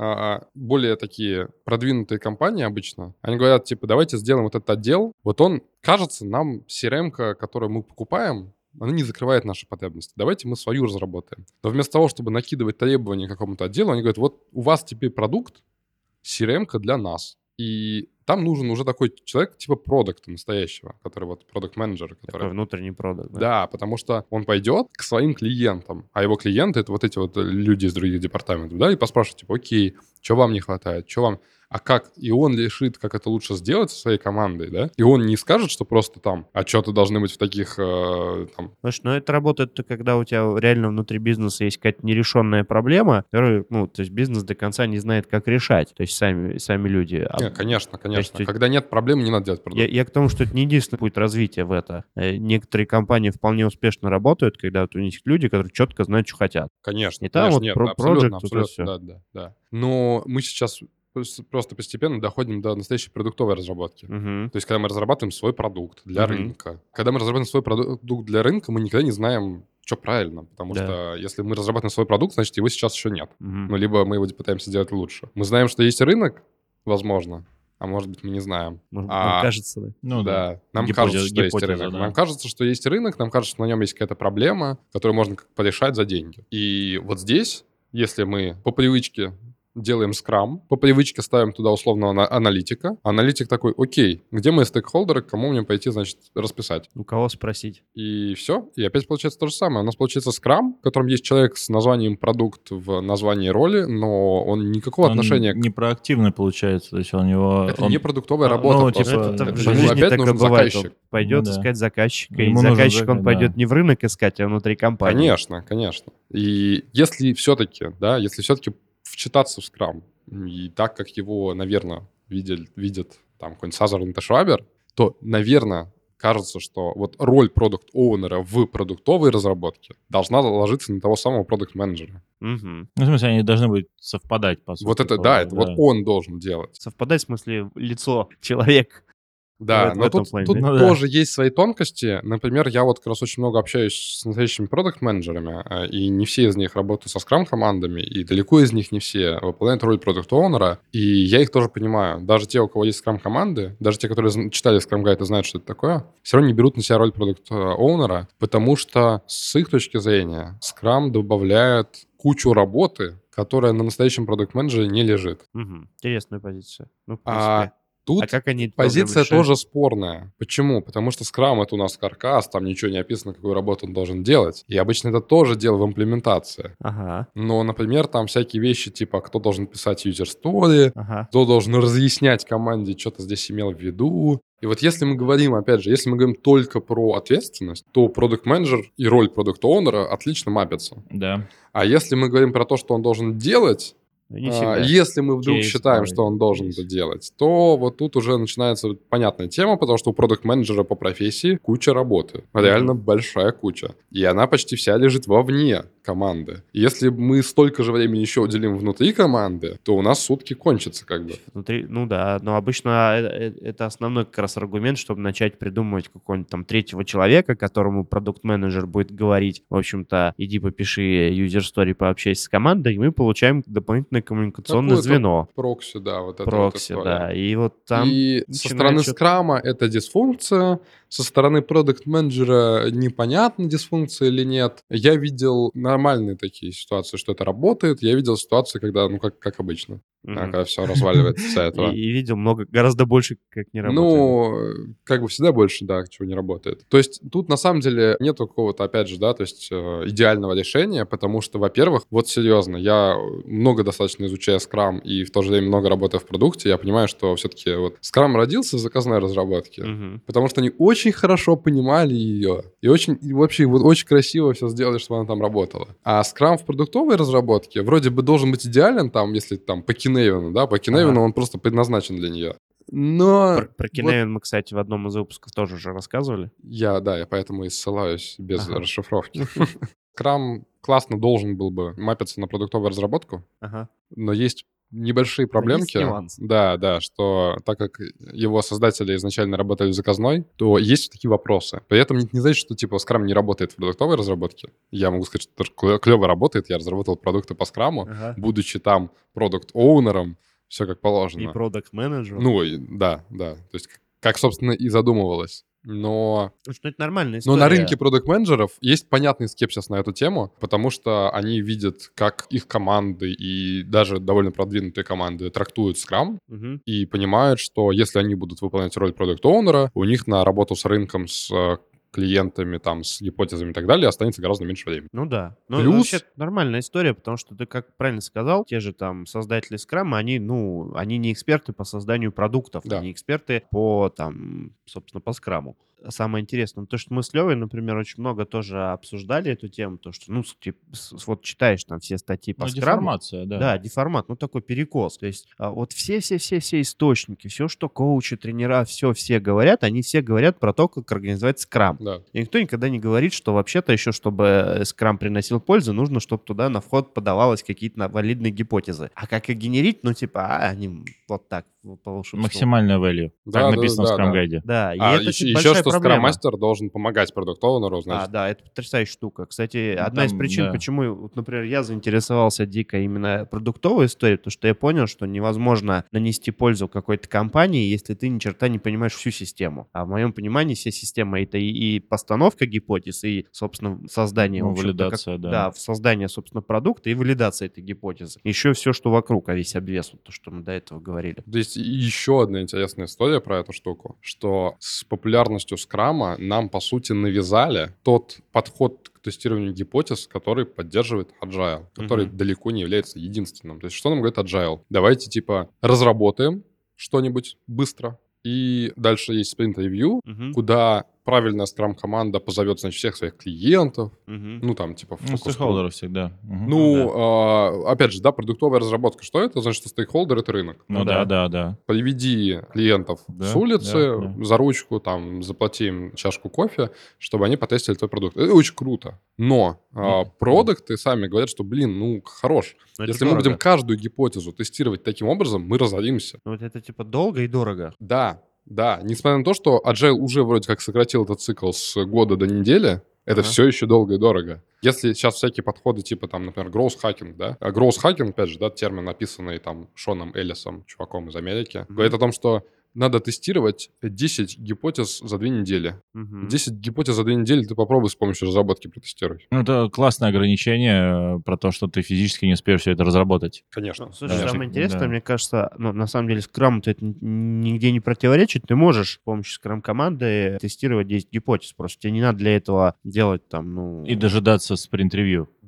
более такие продвинутые компании обычно, они говорят, типа, давайте сделаем вот этот отдел. Вот он, кажется, нам CRM-ка, которую мы покупаем, она не закрывает наши потребности. Давайте мы свою разработаем. Но вместо того, чтобы накидывать требования какому-то отделу, они говорят, вот у вас теперь продукт, CRM-ка для нас. И там нужен уже такой человек типа продукта настоящего, который вот продукт-менеджер. Такой внутренний продукт. Да, потому что он пойдет к своим клиентам, а его клиенты — это вот эти вот люди из других департаментов, да, и поспрашивают, типа, окей, что вам не хватает, что вам... А как? И он решит, как это лучше сделать со своей командой, да? И он не скажет, что просто там отчеты должны быть в таких... там... Слушай, ну это работает, когда у тебя реально внутри бизнеса есть какая-то нерешенная проблема, которую, ну, то есть бизнес до конца не знает, как решать. То есть сами люди. Конечно. есть, Когда нет проблем, не надо делать продукт. Я к тому, что это не единственный путь развития в это. Некоторые компании вполне успешно работают, когда вот у них люди, которые четко знают, что хотят. Конечно. И там вот нет, абсолютно, абсолютно, да. Но мы сейчас просто постепенно доходим до настоящей продуктовой разработки. Угу. То есть, когда мы разрабатываем свой продукт для рынка. Когда мы разрабатываем свой продукт для рынка, мы никогда не знаем, что правильно. Потому что если мы разрабатываем свой продукт, значит, его сейчас еще нет. Ну, либо мы его пытаемся сделать лучше. Мы знаем, что есть рынок, возможно, а может быть, мы не знаем. Нам кажется, да. Ну да. Нам Гипотеза, кажется, что есть рынок. да. Нам кажется, что есть рынок, нам кажется, что на нем есть какая-то проблема, которую можно порешать за деньги. И вот здесь, если мы по привычке делаем скрам, по привычке ставим туда условного аналитика. Аналитик такой, окей, где мои стейкхолдеры, к кому мне пойти, значит, расписать? У кого спросить? И все. И опять получается то же самое. У нас получается скрам, в котором есть человек с названием продукт в названии роли, но он никакого отношения... не проактивный получается, то есть у него... Это не продуктовая работа. ну, просто. типа, Это в Ему жизни опять такое нужен бывает. заказчик. Он пойдет Ну да. искать заказчика, Ему и нужен заказчик он пойдет да. не в рынок искать, а внутри компании. Конечно. И если все-таки вчитаться в скрам, и так, как его, наверное, видят там какой-нибудь Сазерленд и Швабер, то, наверное, кажется, что вот роль продукт-оунера в продуктовой разработке должна ложиться на того самого продукт-менеджера. Угу. Ну, в смысле, они должны быть совпадать, по сути. Вот это, вот он должен делать. Совпадать, в смысле, лицо человека. Да, в но этом тут плане, да? тоже есть свои тонкости. Например, я вот как раз очень много общаюсь с настоящими продакт-менеджерами, и не все из них работают со скрам-командами, и далеко из них не все выполняют роль продукт-оунера, и я их тоже понимаю. Даже те, у кого есть скрам-команды, даже те, которые читали скрам-гайд и знают, что это такое, все равно не берут на себя роль продукт-оунера, потому что с их точки зрения скрам добавляет кучу работы, которая на настоящем продукт-менеджере не лежит. Угу. Интересная позиция. Ну, в принципе. Тут как они эту позиция проблему решают? тоже спорная. Почему? Потому что скрам — это у нас каркас, там ничего не описано, какую работу он должен делать. И обычно это тоже дело в имплементации. Ага. Но, например, там всякие вещи, типа, кто должен писать user story, Ага. кто должен разъяснять команде, что ты здесь имел в виду. И вот если мы говорим, опять же, если мы говорим только про ответственность, то продукт-менеджер и роль продукт-оунера отлично мапятся. Да. А если мы говорим про то, что он должен делать, Не всегда. Если мы вдруг Кейс, считаем, да, что он должен кейс. это делать, то вот тут уже начинается понятная тема, потому что у продакт-менеджера по профессии куча работы. Реально большая куча. И она почти вся лежит вовне команды. И если мы столько же времени еще уделим внутри команды, то у нас сутки кончатся как бы. Внутри, ну да, но обычно это основной как раз аргумент, чтобы начать придумывать какого-нибудь там третьего человека, которому продукт-менеджер будет говорить, в общем-то, иди попиши user story, пообщайся с командой, и мы получаем дополнительное коммуникационное Какую-то звено. Прокси, да, вот это вот Прокси, история. да. И вот там И со начинает стороны что-то- скрама это дисфункция, со стороны продакт-менеджера непонятно, дисфункция или нет. Я видел нормальные такие ситуации, что это работает. Я видел ситуации, когда, ну, как обычно, Мгм. когда все разваливается из-за этого. И видел гораздо больше, как не работает. Ну, как бы всегда больше, да, чего не работает. То есть тут на самом деле нет какого-то, опять же, да, то есть идеального решения, потому что, во-первых, вот серьезно, я много достаточно изучаю скрам и в то же время много работаю в продукте, я понимаю, что все-таки вот скрам родился в заказной разработке, Мгм. потому что они очень хорошо понимали ее и вообще вот очень красиво все сделали, чтобы она там работала. А скрам в продуктовой разработке вроде бы должен быть идеален, там, если там по Киневину, да, по Киневину он просто предназначен для нее. Но Про вот Киневин мы, кстати, в одном из выпусков тоже уже рассказывали. я поэтому и ссылаюсь без Ага. расшифровки. Скрам классно должен был бы мапиться на продуктовую разработку, Ага. но есть небольшие проблемки. нюанс. Да, что так как его создатели изначально работали в заказной, то есть такие вопросы. При этом не значит, что типа скрам не работает в продуктовой разработке. Я могу сказать, что клево работает. Я разработал продукты по скраму, Ага. будучи там продукт-оунером, все как И положено. продакт-менеджером. Ну, да. То есть как, собственно, и задумывалось. Но Ну, что это нормальная Но история. на рынке продакт-менеджеров есть понятный скепсис на эту тему, потому что они видят, как их команды и даже довольно продвинутые команды трактуют скрам Мгм. и понимают, что если они будут выполнять роль продакт-оунера, у них на работу с рынком, с клиентами, там, с гипотезами и так далее останется гораздо меньше времени. Ну да. Ну, Плюс- вообще это нормальная история, потому что ты, как правильно сказал, те же там создатели скрама, они не эксперты по созданию продуктов, Да. они эксперты по, там, собственно, по скраму. Самое интересное, то, что мы с Левой, например, очень много тоже обсуждали эту тему, то, что, вот читаешь там все статьи по Ну, скраму. деформация, да. Да, деформат, такой перекос. То есть вот все источники, все, что коучи, тренера, все говорят, они все говорят про то, как организовать скрам. Да. И никто никогда не говорит, что вообще-то еще, чтобы скрам приносил пользу, нужно, чтобы туда на вход подавалось какие-то валидные гипотезы. А как их генерить? Они вот так, по волшебству. Максимальная value. Да, Так написано в да. Scrum-гайде. Да, и А это еще, большая что проблема. скрам-мастер должен помогать продакт-оунеру, значит. Да, это потрясающая штука. Кстати, Ну, одна из там, причин, да. почему, вот, например, я заинтересовался дико именно продуктовой историей, потому что я понял, что невозможно нанести пользу какой-то компании, если ты ни черта не понимаешь всю систему. А в моем понимании вся система — это и постановка гипотез, и, собственно, создание, Ну, в общем-то, валидация, да. Да, создание, собственно, продукта и валидация этой гипотезы. Еще все, что вокруг, а весь обвес, вот то, что мы до этого говорили. Здесь еще одна интересная история про эту штуку, что с популярностью скрама нам, по сути, навязали тот подход к тестированию гипотез, который поддерживает Agile, который далеко не является единственным. То есть что нам говорит Agile? Давайте, типа, разработаем что-нибудь быстро, и дальше есть спринт-ревью, Мгм. куда правильная скрам-команда позовет, значит, всех своих клиентов, Мгм. ну, там, типа, Ну, фокус-групп. стейкхолдеров всегда. Мгм. Опять же, да, продуктовая разработка. Что это? Значит, что стейкхолдер — это рынок. Ну да. да. Приведи клиентов Да, с улицы да. за ручку, там, заплати им чашку кофе, чтобы они потестили твой продукт. Это очень круто. Но продукты сами говорят, что, хорош. Но это Если мы дорого. будем каждую гипотезу тестировать таким образом, мы разоримся. Ну, вот это типа долго и дорого. Да. Несмотря на то, что Agile уже вроде как сократил этот цикл с года до недели, это Ага. все еще долго и дорого. Если сейчас всякие подходы типа, там, например, growth hacking, да? А growth hacking, опять же, да, термин, написанный там Шоном Эллисом, чуваком из Америки, говорит о том, что надо тестировать 10 гипотез за 2 недели. Мгм. 10 гипотез за 2 недели ты попробуй с помощью разработки протестировать. Ну, это классное ограничение про то, что ты физически не успеешь все это разработать. Конечно. Ну, слушай, Да. самое интересное, Да. мне кажется, на самом деле, скраму это нигде не противоречит. Ты можешь с помощью скрам-команды тестировать 10 гипотез. Просто тебе не надо для этого делать там, И дожидаться спринт-ревью.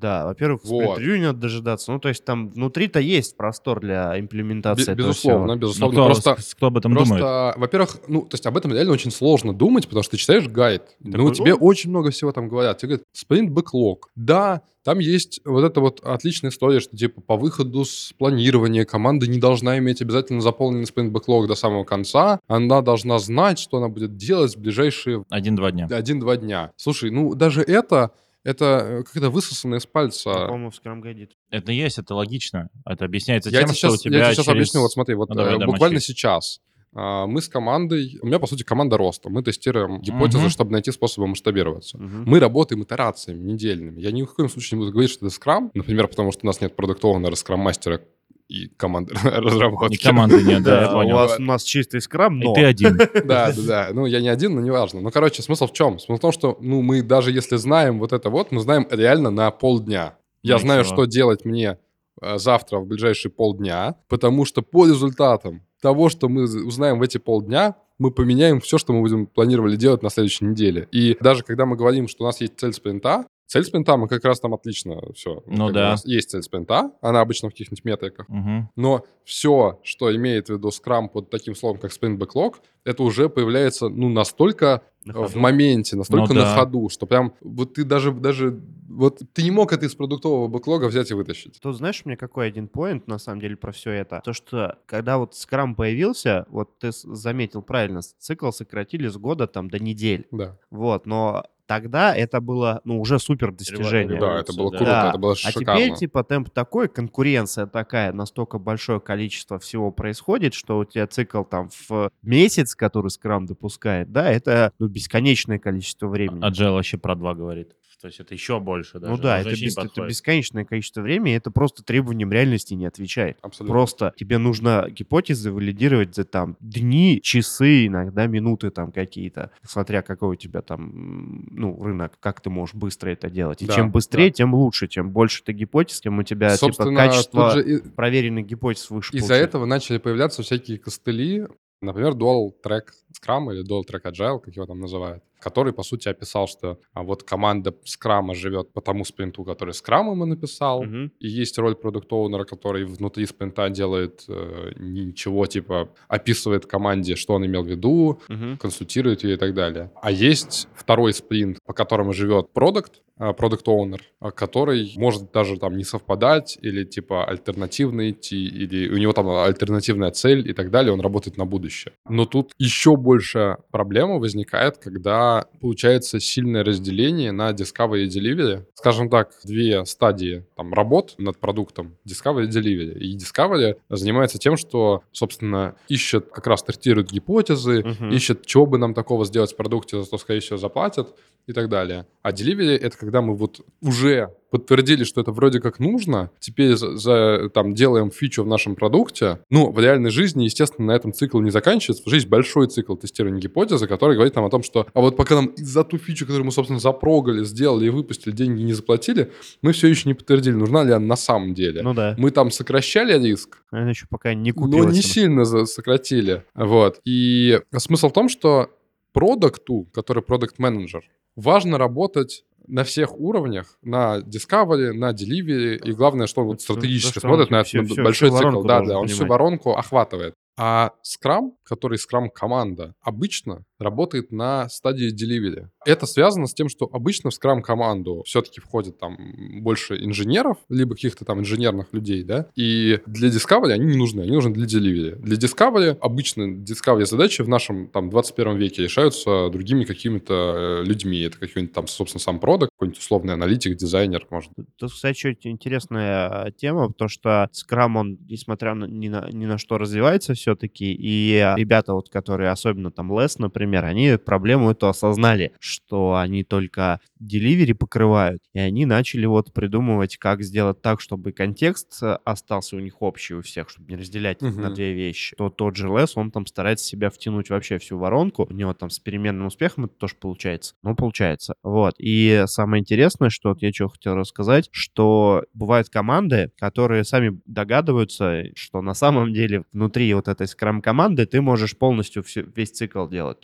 Да, во-первых, Вот. спринт-ревью не надо дожидаться. Ну, то есть там внутри-то есть простор для имплементации этого Безусловно, всего. безусловно. Но Просто, кто об этом думает? во-первых, ну, то есть об этом реально очень сложно думать, потому что ты читаешь гайд, ну, Такой, тебе очень много всего там говорят. Тебе говорят, спринт-бэклог. Да, там есть вот эта вот отличная история, что типа по выходу с планирования команда не должна иметь обязательно заполненный спринт-бэклог до самого конца. Она должна знать, что она будет делать в ближайшие 1-2 дня. 1-2 дня. Слушай, ну даже это как-то высосано из пальца. По-моему, в Scrum Guide. Это есть, это логично. Это объясняется Я тем, тебе что у сейчас, тебя через... объясню. Вот смотри, вот Ну, давай, буквально мочи. сейчас мы с командой, у меня, по сути, команда роста. Мы тестируем гипотезы, Мгм. чтобы найти способы масштабироваться. Мгм. Мы работаем итерациями недельными. Я ни в коем случае не буду говорить, что это скрам, например, потому что у нас нет продукт-оунера, скрам-мастера и команды разработки. И команды нет, да, я Да, понял. у нас чистый скрам, И но... ты один. Да. Ну, я не один, но неважно. Ну, короче, смысл в чем? Смысл в том, что, ну, мы даже если знаем вот это вот, мы знаем реально на полдня. Я Ну и знаю, чего? что делать мне завтра в ближайшие полдня, потому что по результатам того, что мы узнаем в эти полдня, мы поменяем все, что мы будем планировали делать на следующей неделе. И даже когда мы говорим, что у нас есть цель спринта мы как раз там отлично все. Ну У да. нас есть цель спринта, она обычно в каких-нибудь метриках. Мгм. Но все, что имеет в виду Scrum под таким словом, как Sprint Backlog, это уже появляется, ну, настолько На в ходу. моменте, настолько Ну на да. ходу, что прям вот ты даже вот ты не мог это из продуктового бэклога взять и вытащить. Тут знаешь, у меня какой один поинт, на самом деле, про все это? То, что когда вот Scrum появился, вот ты заметил правильно, цикл сократили с года там до недель. Да. Вот, но тогда это было, ну, уже супер достижение. Да, это было да. круто, Да. это было А шикарно. теперь, типа, темп такой, конкуренция такая, настолько большое количество всего происходит, что у тебя цикл там в месяц, который Scrum допускает, да, это, ну, бесконечное количество времени. Agile вообще про 2 говорит. То есть это еще больше даже. Ну да, Уже это, вообще не это подходит. бесконечное количество времени, это просто требованиям реальности не отвечает. Абсолютно. Просто тебе нужно гипотезы валидировать за там дни, часы, иногда минуты там какие-то, смотря какой у тебя там, ну, рынок, как ты можешь быстро это делать. И Да, чем быстрее, да. тем лучше. Чем больше ты гипотез, тем у тебя типа Собственно, качество тут же проверенных гипотез выше из-за получается. этого начали появляться всякие костыли, например, Dual Track Scrum или Dual Track Agile, как его там называют, который, по сути, описал, что вот команда скрама живет по тому спринту, который скрам ему написал, Мгм. и есть роль продукт-оунера, который внутри спринта делает ничего, типа описывает команде, что он имел в виду, Мгм. консультирует ее и так далее. А есть второй спринт, по которому живет продукт-оунер, который может даже там не совпадать или типа альтернативно идти, или у него там альтернативная цель и так далее, он работает на будущее. Но тут еще больше проблема возникает, когда получается сильное разделение на Discovery и Delivery. Скажем так, две стадии там работ над продуктом, Discovery и Delivery. И Discovery занимается тем, что, собственно, ищет, как раз тестирует гипотезы, Мгм. ищет, чего бы нам такого сделать в продукте, за что, скорее всего, заплатят и так далее. А Delivery — это когда мы вот уже подтвердили, что это вроде как нужно, теперь там делаем фичу в нашем продукте. Ну, в реальной жизни, естественно, на этом цикл не заканчивается. В жизни большой цикл тестирования гипотезы, который говорит нам о том, что а вот пока нам за ту фичу, которую мы, собственно, запрогали, сделали и выпустили, деньги не заплатили, мы все еще не подтвердили, нужна ли она на самом деле. Ну да. Мы там сокращали риск, Она еще пока не но купилась. не сильно сократили. Вот. И смысл в том, что продукту, который продукт-менеджер, важно работать на всех уровнях, на Discovery, на Delivery, и главное, что вот стратегически что он смотрит на всю- этот всю большой цикл. воронку Да, должен он всю понимать. воронку охватывает. А Scrum, который Scrum-команда, обычно работает на стадии Delivery. Это связано с тем, что обычно в Scrum-команду все-таки входит там больше инженеров, либо каких-то там инженерных людей, да, и для Discovery они не нужны, они нужны для Delivery. Для Discovery, обычно Discovery задачи в нашем там 21 веке решаются другими какими-то людьми. Это какой-нибудь там, собственно, сам продакт, какой-нибудь условный аналитик, дизайнер, может. Тут, кстати, чуть интересная тема, потому что Scrum, он, несмотря ни на что, развивается все-таки, и ребята, вот, которые, особенно там Less, например, они проблему эту осознали, что они только delivery покрывают, и они начали вот придумывать, как сделать так, чтобы контекст остался у них общий у всех, чтобы не разделять их на две вещи. Тот же Less, он там старается себя втянуть вообще всю воронку, у него там с переменным успехом это тоже получается, но получается. Вот, и самое интересное, что вот я что хотел рассказать, что бывают команды, которые сами догадываются, что на самом деле внутри вот этой Scrum-команды ты можешь полностью весь цикл делать. То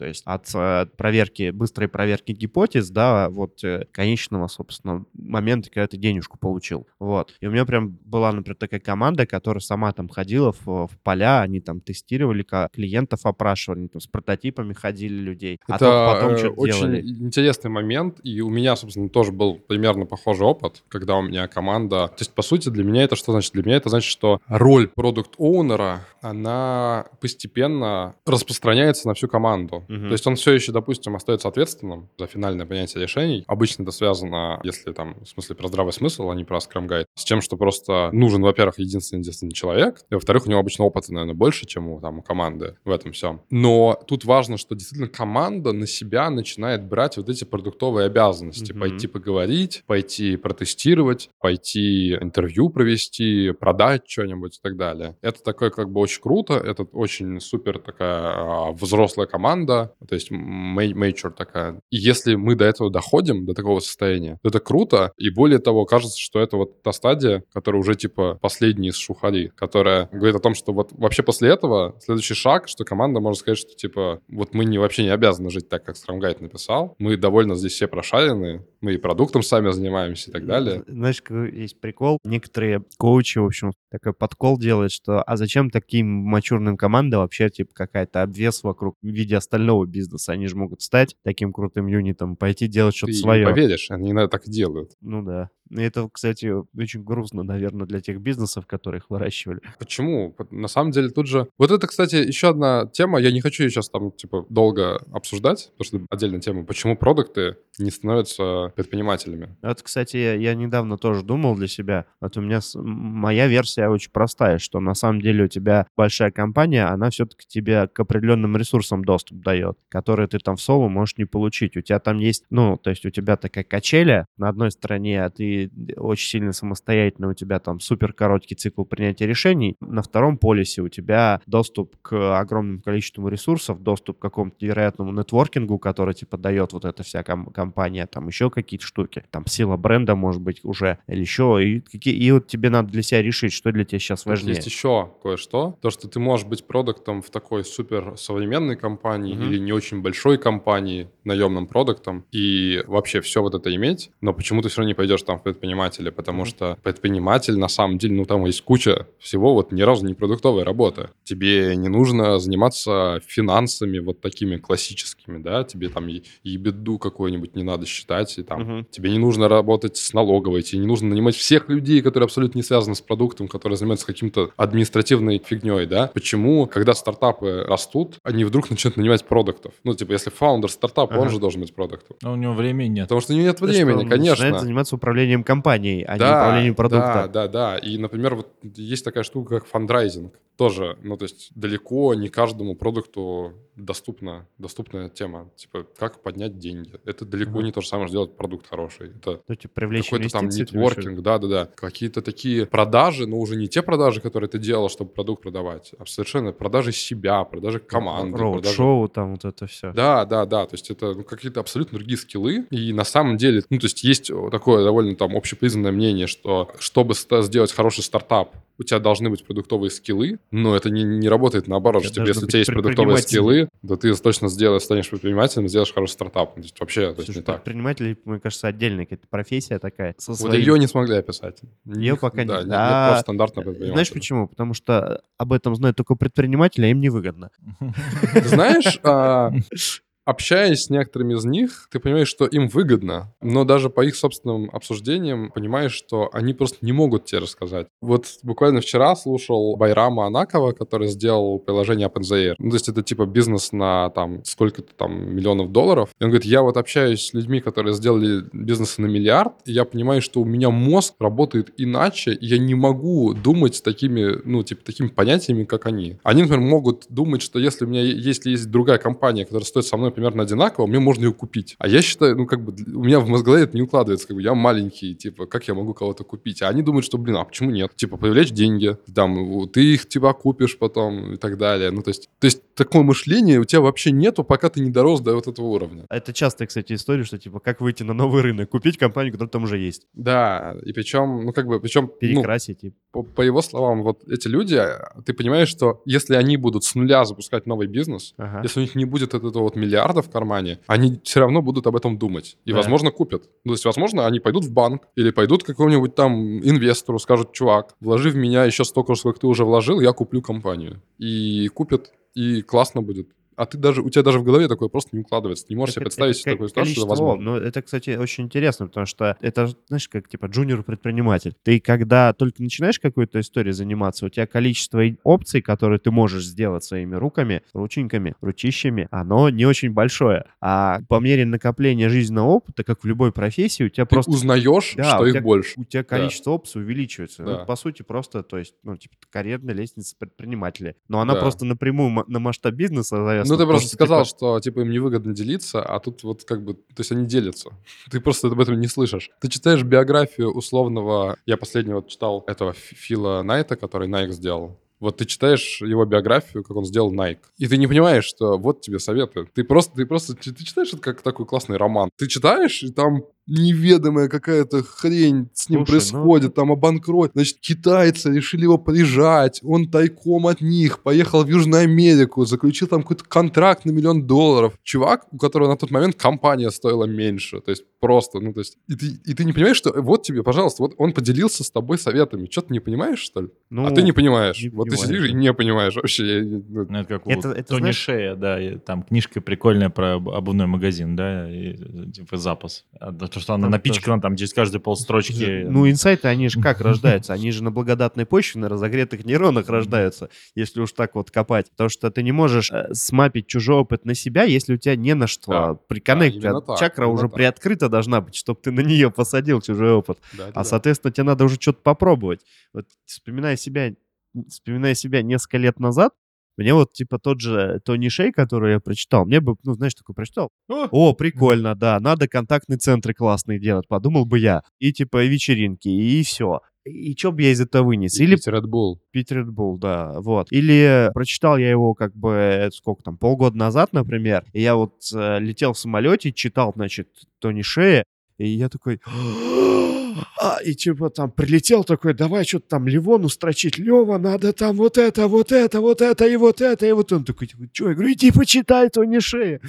есть от быстрой проверки гипотез до вот конечного, собственно, момента, когда ты денежку получил. Вот. И у меня прям была, например, такая команда, которая сама там ходила в поля, они там тестировали, клиентов опрашивали, там, с прототипами ходили людей, а только потом что-то очень делали. интересный момент, и у меня, собственно, тоже был примерно похожий опыт, когда у меня команда... То есть, по сути, для меня это что значит? Для меня это значит, что роль продукт-оунера, она постепенно распространяется на всю команду. Мгм. То есть он все еще, допустим, остается ответственным за финальное принятие решений. Обычно это связано, если там, в смысле, про здравый смысл, а не про Scrum Guide, с тем, что просто нужен, во-первых, единственный человек, и, во-вторых, у него обычно опыта, наверное, больше, чем у команды в этом всем. Но тут важно, что действительно команда на себя начинает брать вот эти продуктовые обязанности. Мгм. Пойти поговорить, пойти протестировать, пойти интервью провести, продать что-нибудь и так далее. Это такое как бы очень круто, это очень супер такая взрослая команда, то есть mature такая. И если мы до этого доходим, до такого состояния, то это круто, и более того, кажется, что это вот та стадия, которая уже типа последний из шухари, которая говорит о том, что вот вообще после этого следующий шаг, что команда может сказать, что типа вот мы вообще не обязаны жить так, как Scrum Guide написал, мы довольно здесь все прошарены, мы и продуктом сами занимаемся и так далее. Знаешь, какой есть прикол? Некоторые коучи, в общем, такой подкол делают, что а зачем таким мачурным командам вообще типа какая-то обвес вокруг в виде остального бизнеса? Они же могут стать таким крутым юнитом, пойти делать что-то Ты не свое. поверишь, они иногда так и делают. Ну да. И это, кстати, очень грустно, наверное, для тех бизнесов, которые их выращивали. Почему? На самом деле тут же... Вот это, кстати, еще одна тема. Я не хочу ее сейчас там, типа, долго обсуждать, потому что это отдельная тема. Почему продукты не становятся предпринимателями? Вот, кстати, я недавно тоже думал для себя. Вот у меня моя версия очень простая, что на самом деле у тебя большая компания, она все-таки тебе к определенным ресурсам доступ дает, которые ты там в соло можешь не получить. У тебя там есть, ну, то есть у тебя такая качеля на одной стороне, а ты очень сильно самостоятельно, у тебя там супер короткий цикл принятия решений. На втором полюсе у тебя доступ к огромному количеству ресурсов, доступ к какому-то невероятному нетворкингу, который типа дает вот эта вся компания, там еще какие-то штуки, там сила бренда, может быть, уже, или еще, и вот тебе надо для себя решить, что для тебя сейчас важнее. Есть еще кое-что. То, что ты можешь быть продуктом в такой супер современной компании или не очень большой компании, наемным продуктом, и вообще все вот это иметь, но почему ты все равно не пойдешь там в предпринимателя, потому что предприниматель, на самом деле, ну, там есть куча всего, вот ни разу не продуктовая работа. Тебе не нужно заниматься финансами вот такими классическими, да, тебе там и беду какую-нибудь не надо считать, и там тебе не нужно работать с налоговой, тебе не нужно нанимать всех людей, которые абсолютно не связаны с продуктом, которые занимаются каким-то административной фигней, да. Почему, когда стартапы растут, они вдруг начинают нанимать продуктов? Ну, типа, если фаундер стартапа, он же должен быть продуктом. Но у него времени нет. Потому что у него нет времени, конечно. Начинает заниматься управлением компанией, а не управлением продукта. Да. И, например, вот есть такая штука, как фандрайзинг. Тоже, ну, то есть далеко не каждому продукту доступная тема. Типа, как поднять деньги. Это далеко не то же самое, что делать продукт хороший. Это привлечь какой-то там инвестиции, нетворкинг, да. Какие-то такие продажи, но уже не те продажи, которые ты делал, чтобы продукт продавать, а совершенно продажи себя, продажи команды. Роуд-шоу, там вот это все. Да. То есть это какие-то абсолютно другие скиллы. И на самом деле, ну, то есть есть такое довольно там общепризнанное мнение, что чтобы сделать хороший стартап, у тебя должны быть продуктовые скиллы, но это не работает наоборот. Что, если у тебя есть продуктовые скиллы, то ты точно станешь предпринимателем и сделаешь хороший стартап. То есть вообще то есть не так. Предприниматель, мне кажется, отдельная какая-то профессия такая. Вот ее не смогли описать. Ее пока нет. Нет просто стандартного предпринимателя. Знаешь почему? Потому что об этом знают только предприниматели, а им невыгодно. Знаешь, общаясь с некоторыми из них, ты понимаешь, что им выгодно, но даже по их собственным обсуждениям понимаешь, что они просто не могут тебе рассказать. Вот буквально вчера слушал Байрама Анакова, который сделал приложение OpenZair. Ну, то есть это типа бизнес на там сколько-то там миллионов долларов. И он говорит, я вот общаюсь с людьми, которые сделали бизнесы на миллиард, и я понимаю, что у меня мозг работает иначе, и я не могу думать такими, ну, типа такими понятиями, как они. Они, например, могут думать, что если есть другая компания, которая стоит со мной примерно одинаково, мне можно ее купить. А я считаю, ну, как бы, у меня в голове это не укладывается, как бы, я маленький, типа, как я могу кого-то купить? А они думают, что, блин, а почему нет? Типа, привлечь деньги, там, ты их, типа, купишь потом и так далее. Ну, то есть такое мышление у тебя вообще нету, пока ты не дорос до вот этого уровня. Это частая, кстати, история, что, типа, как выйти на новый рынок, купить компанию, которая там уже есть. Да, и причем, ну, как бы, перекрасить. По его словам, вот эти люди, ты понимаешь, что если они будут с нуля запускать новый бизнес, если у них не будет этого вот миллиарда миллиарда в кармане, они все равно будут об этом думать. И, возможно, купят. То есть, возможно, они пойдут в банк или пойдут к какому-нибудь там инвестору, скажут: чувак, вложи в меня еще столько, сколько ты уже вложил, я куплю компанию. И купят, и классно будет. А у тебя даже в голове такое просто не укладывается. Ты не можешь себе представить такую ситуацию, что возможно. Ну, это, кстати, очень интересно, потому что это, знаешь, как типа джуниор-предприниматель. Ты когда только начинаешь какой-то историей заниматься, у тебя количество опций, которые ты можешь сделать своими руками, ручищами, оно не очень большое. А по мере накопления жизненного опыта, как в любой профессии, у тебя ты просто... узнаешь, что их больше. У тебя количество опций увеличивается. Да. Ну, по сути, просто, то есть, ну, типа, карьерная лестница предпринимателя. Но она просто напрямую на масштаб бизнеса завязана. Ну, ты просто сказал, что, типа, им невыгодно делиться, а тут вот как бы, то есть они делятся. Ты просто об этом не слышишь. Ты читаешь биографию условного... Я последний вот читал этого Фила Найта, который Nike сделал. Вот ты читаешь его биографию, как он сделал Nike, и ты не понимаешь, что вот тебе советы. Ты читаешь это как такой классный роман. Ты читаешь, и там неведомая какая-то хрень с ним происходит, там обанкрот. Значит, китайцы решили его прижать, он тайком от них поехал в Южную Америку, заключил там какой-то контракт на $1 миллион. Чувак, у которого на тот момент компания стоила меньше, то есть просто, ну, то есть, и ты не понимаешь, что вот тебе, пожалуйста, вот он поделился с тобой советами. Что, ты не понимаешь, что ли? Ну, а ты не понимаешь. Вот ты сидишь и не понимаешь вообще. Ну, это как у Тони Шея, да, там книжка прикольная про обувной магазин, да, и, типа запас. То, что она напичкана там через каждые полстрочки. Ну, инсайты, они же как рождаются? Они же на благодатной почве, на разогретых нейронах рождаются, если уж так вот копать. Потому что ты не можешь смапить чужой опыт на себя, если у тебя не на что приконнектить. Чакра уже приоткрыта должна быть, чтобы ты на нее посадил чужой опыт. Соответственно, тебе надо уже что-то попробовать. Вот вспоминая себя несколько лет назад, мне вот, типа, тот же Тони Шей, который я прочитал, мне бы, ну, знаешь, такой прочитал. О, прикольно, да, надо контактные центры классные делать, подумал бы я. И, типа, вечеринки, и все. И что бы я из этого вынес? Или Питер Ред Булл, да, вот. Или прочитал я его, как бы, сколько там, полгода назад, например, и я вот летел в самолете, читал, значит, Тони Шея, и я такой... И типа там прилетел такой: давай что-то там Левону строчить. Лева, надо там вот это, и вот это. И вот он такой: что? Я говорю: иди почитай Тони Шея.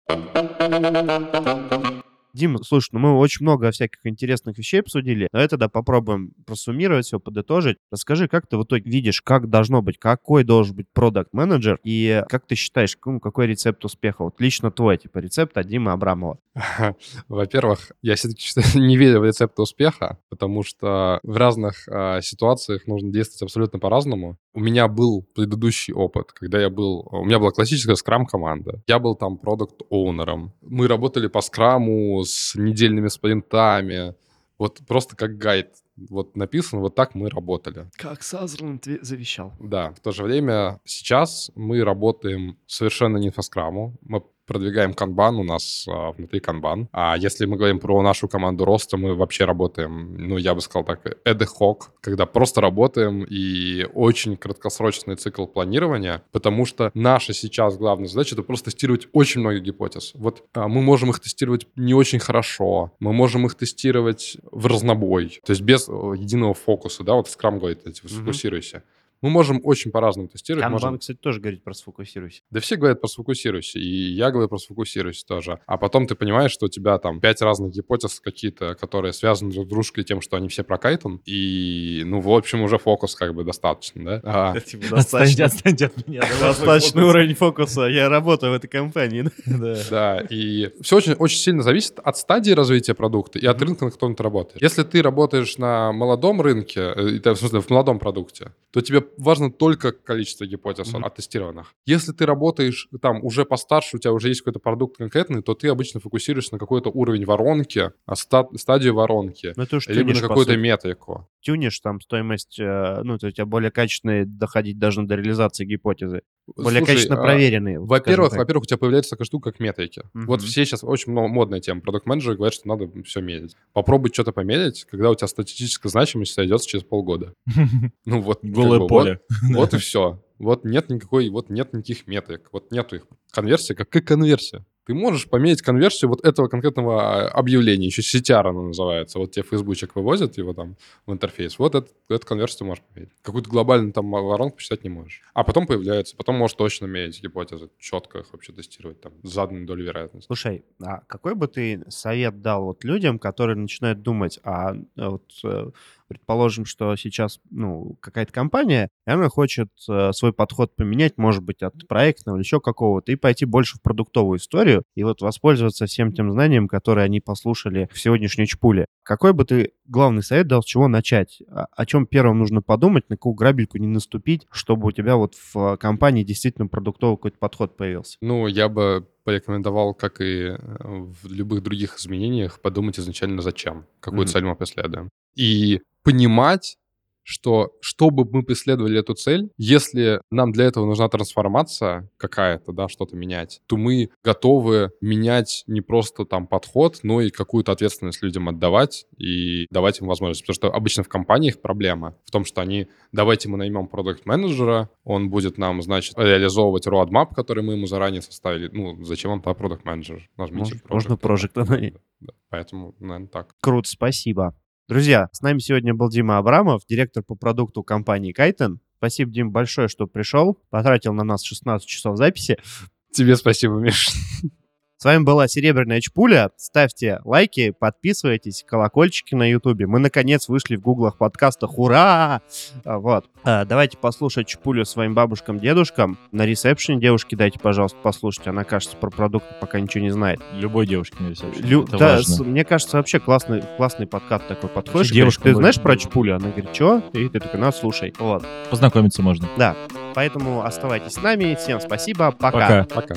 Дима, слушай, ну мы очень много всяких интересных вещей обсудили. Давай тогда попробуем просуммировать все, подытожить. Расскажи, как ты в итоге видишь, как должно быть, какой должен быть продакт-менеджер, и как ты считаешь, какой рецепт успеха? Вот лично твой, типа, рецепт от Димы Абрамова. Во-первых, я все-таки не верю в рецепт успеха, потому что в разных ситуациях нужно действовать абсолютно по-разному. У меня был предыдущий опыт, когда у меня была классическая скрам-команда. Я был там продакт-оунером. Мы работали по скраму с недельными спринтами. Вот просто как гайд. Вот написано, вот так мы работали. Как Сазерленд завещал. Да, в то же время сейчас мы работаем совершенно не по скраму. Мы продвигаем канбан, у нас внутри канбан. А если мы говорим про нашу команду роста, мы вообще работаем, ну, я бы сказал так, ad hoc, когда просто работаем и очень краткосрочный цикл планирования, потому что наша сейчас главная задача — это просто тестировать очень много гипотез. Вот мы можем их тестировать не очень хорошо, мы можем их тестировать в разнобой, то есть без единого фокуса, да, вот Scrum говорит, сфокусируйся. Мы можем очень по-разному тестировать. Канбан, кстати, тоже говорит про сфокусируйся. Да все говорят про сфокусируйся, и я говорю про сфокусируйся тоже. А потом ты понимаешь, что у тебя там 5 разных гипотез какие-то, которые связаны друг с дружкой тем, что они все про Кайтон, и, ну, в общем, уже фокус как бы достаточно, да? Отстаньте от меня. Достаточный уровень фокуса. Я работаю в этой компании. Да, и все очень сильно зависит от стадии развития продукта и от рынка, на котором ты работаешь. Если ты работаешь на молодом рынке, в смысле, в молодом продукте, то тебе важно только количество гипотез оттестированных. Если ты работаешь там уже постарше, у тебя уже есть какой-то продукт конкретный, то ты обычно фокусируешься на какой-то уровень воронки, стадию воронки, либо на какую-то метрику. Тюнишь там стоимость, ну, то есть у тебя более качественные доходить должны до реализации гипотезы. Более качественно проверенные. Во-первых, у тебя появляется такая штука, как метрики. Вот все сейчас очень модная тема. Продакт-менеджеры говорят, что надо все мерить. Попробуй что-то померить, когда у тебя статистическая значимость сойдется через полгода. Ну вот. Голое поле. Вот и все. Вот нет никаких метрик. Вот нету их. Конверсия, как конверсия. ты можешь поменять конверсию вот этого конкретного объявления, еще CTR оно называется. Вот тебе фейсбучек вывозят его там в интерфейс. Вот эту конверсию ты можешь поменять. Какую-то глобальную там воронку посчитать не можешь. А потом появляется, потом можешь точно мерить гипотезы, четко их вообще тестировать там с заданной долей вероятности. Слушай, а какой бы ты совет дал вот людям, которые начинают думать, предположим, что сейчас, какая-то компания, и она хочет свой подход поменять, может быть, от проектного или еще какого-то, и пойти больше в продуктовую историю, и вот воспользоваться всем тем знанием, которые они послушали в сегодняшней чпуле. Какой бы ты главный совет дал, с чего начать? О чем первым нужно подумать, на какую грабельку не наступить, чтобы у тебя вот в компании действительно продуктовый какой-то подход появился? Я бы порекомендовал, как и в любых других изменениях, подумать изначально зачем, какую цель мы преследуем. И понимать, что чтобы мы преследовали эту цель, если нам для этого нужна трансформация какая-то, да, что-то менять, то мы готовы менять не просто там подход, но и какую-то ответственность людям отдавать и давать им возможность. Потому что обычно в компаниях проблема в том, что давайте мы наймем продакт-менеджера, он будет нам, значит, реализовывать roadmap, который мы ему заранее составили. Зачем вам продакт-менеджер? Нажмите Можно project. Да. Поэтому, наверное, так. Круто, спасибо. Друзья, с нами сегодня был Дима Абрамов, директор по продукту компании Kaizen. Спасибо, Дим, большое, что пришел, потратил на нас 16 часов записи. Тебе спасибо, Миш. С вами была Серебряная Чпуля. Ставьте лайки, подписывайтесь, колокольчики на Ютубе. Мы, наконец, вышли в гуглах подкастах. Ура! Давайте послушать Чпулю своим бабушкам, дедушкам. На ресепшене девушки дайте, пожалуйста, послушать. Она, кажется, про продукты пока ничего не знает. Любой девушке на ресепшене. Это важно. Мне кажется, вообще классный подкаст такой. Подходишь, девушка, ты знаешь про Чпулю? Она говорит, что? И ты такой, слушай. Вот. Познакомиться можно. Да. Поэтому оставайтесь с нами. Всем спасибо. Пока. Пока.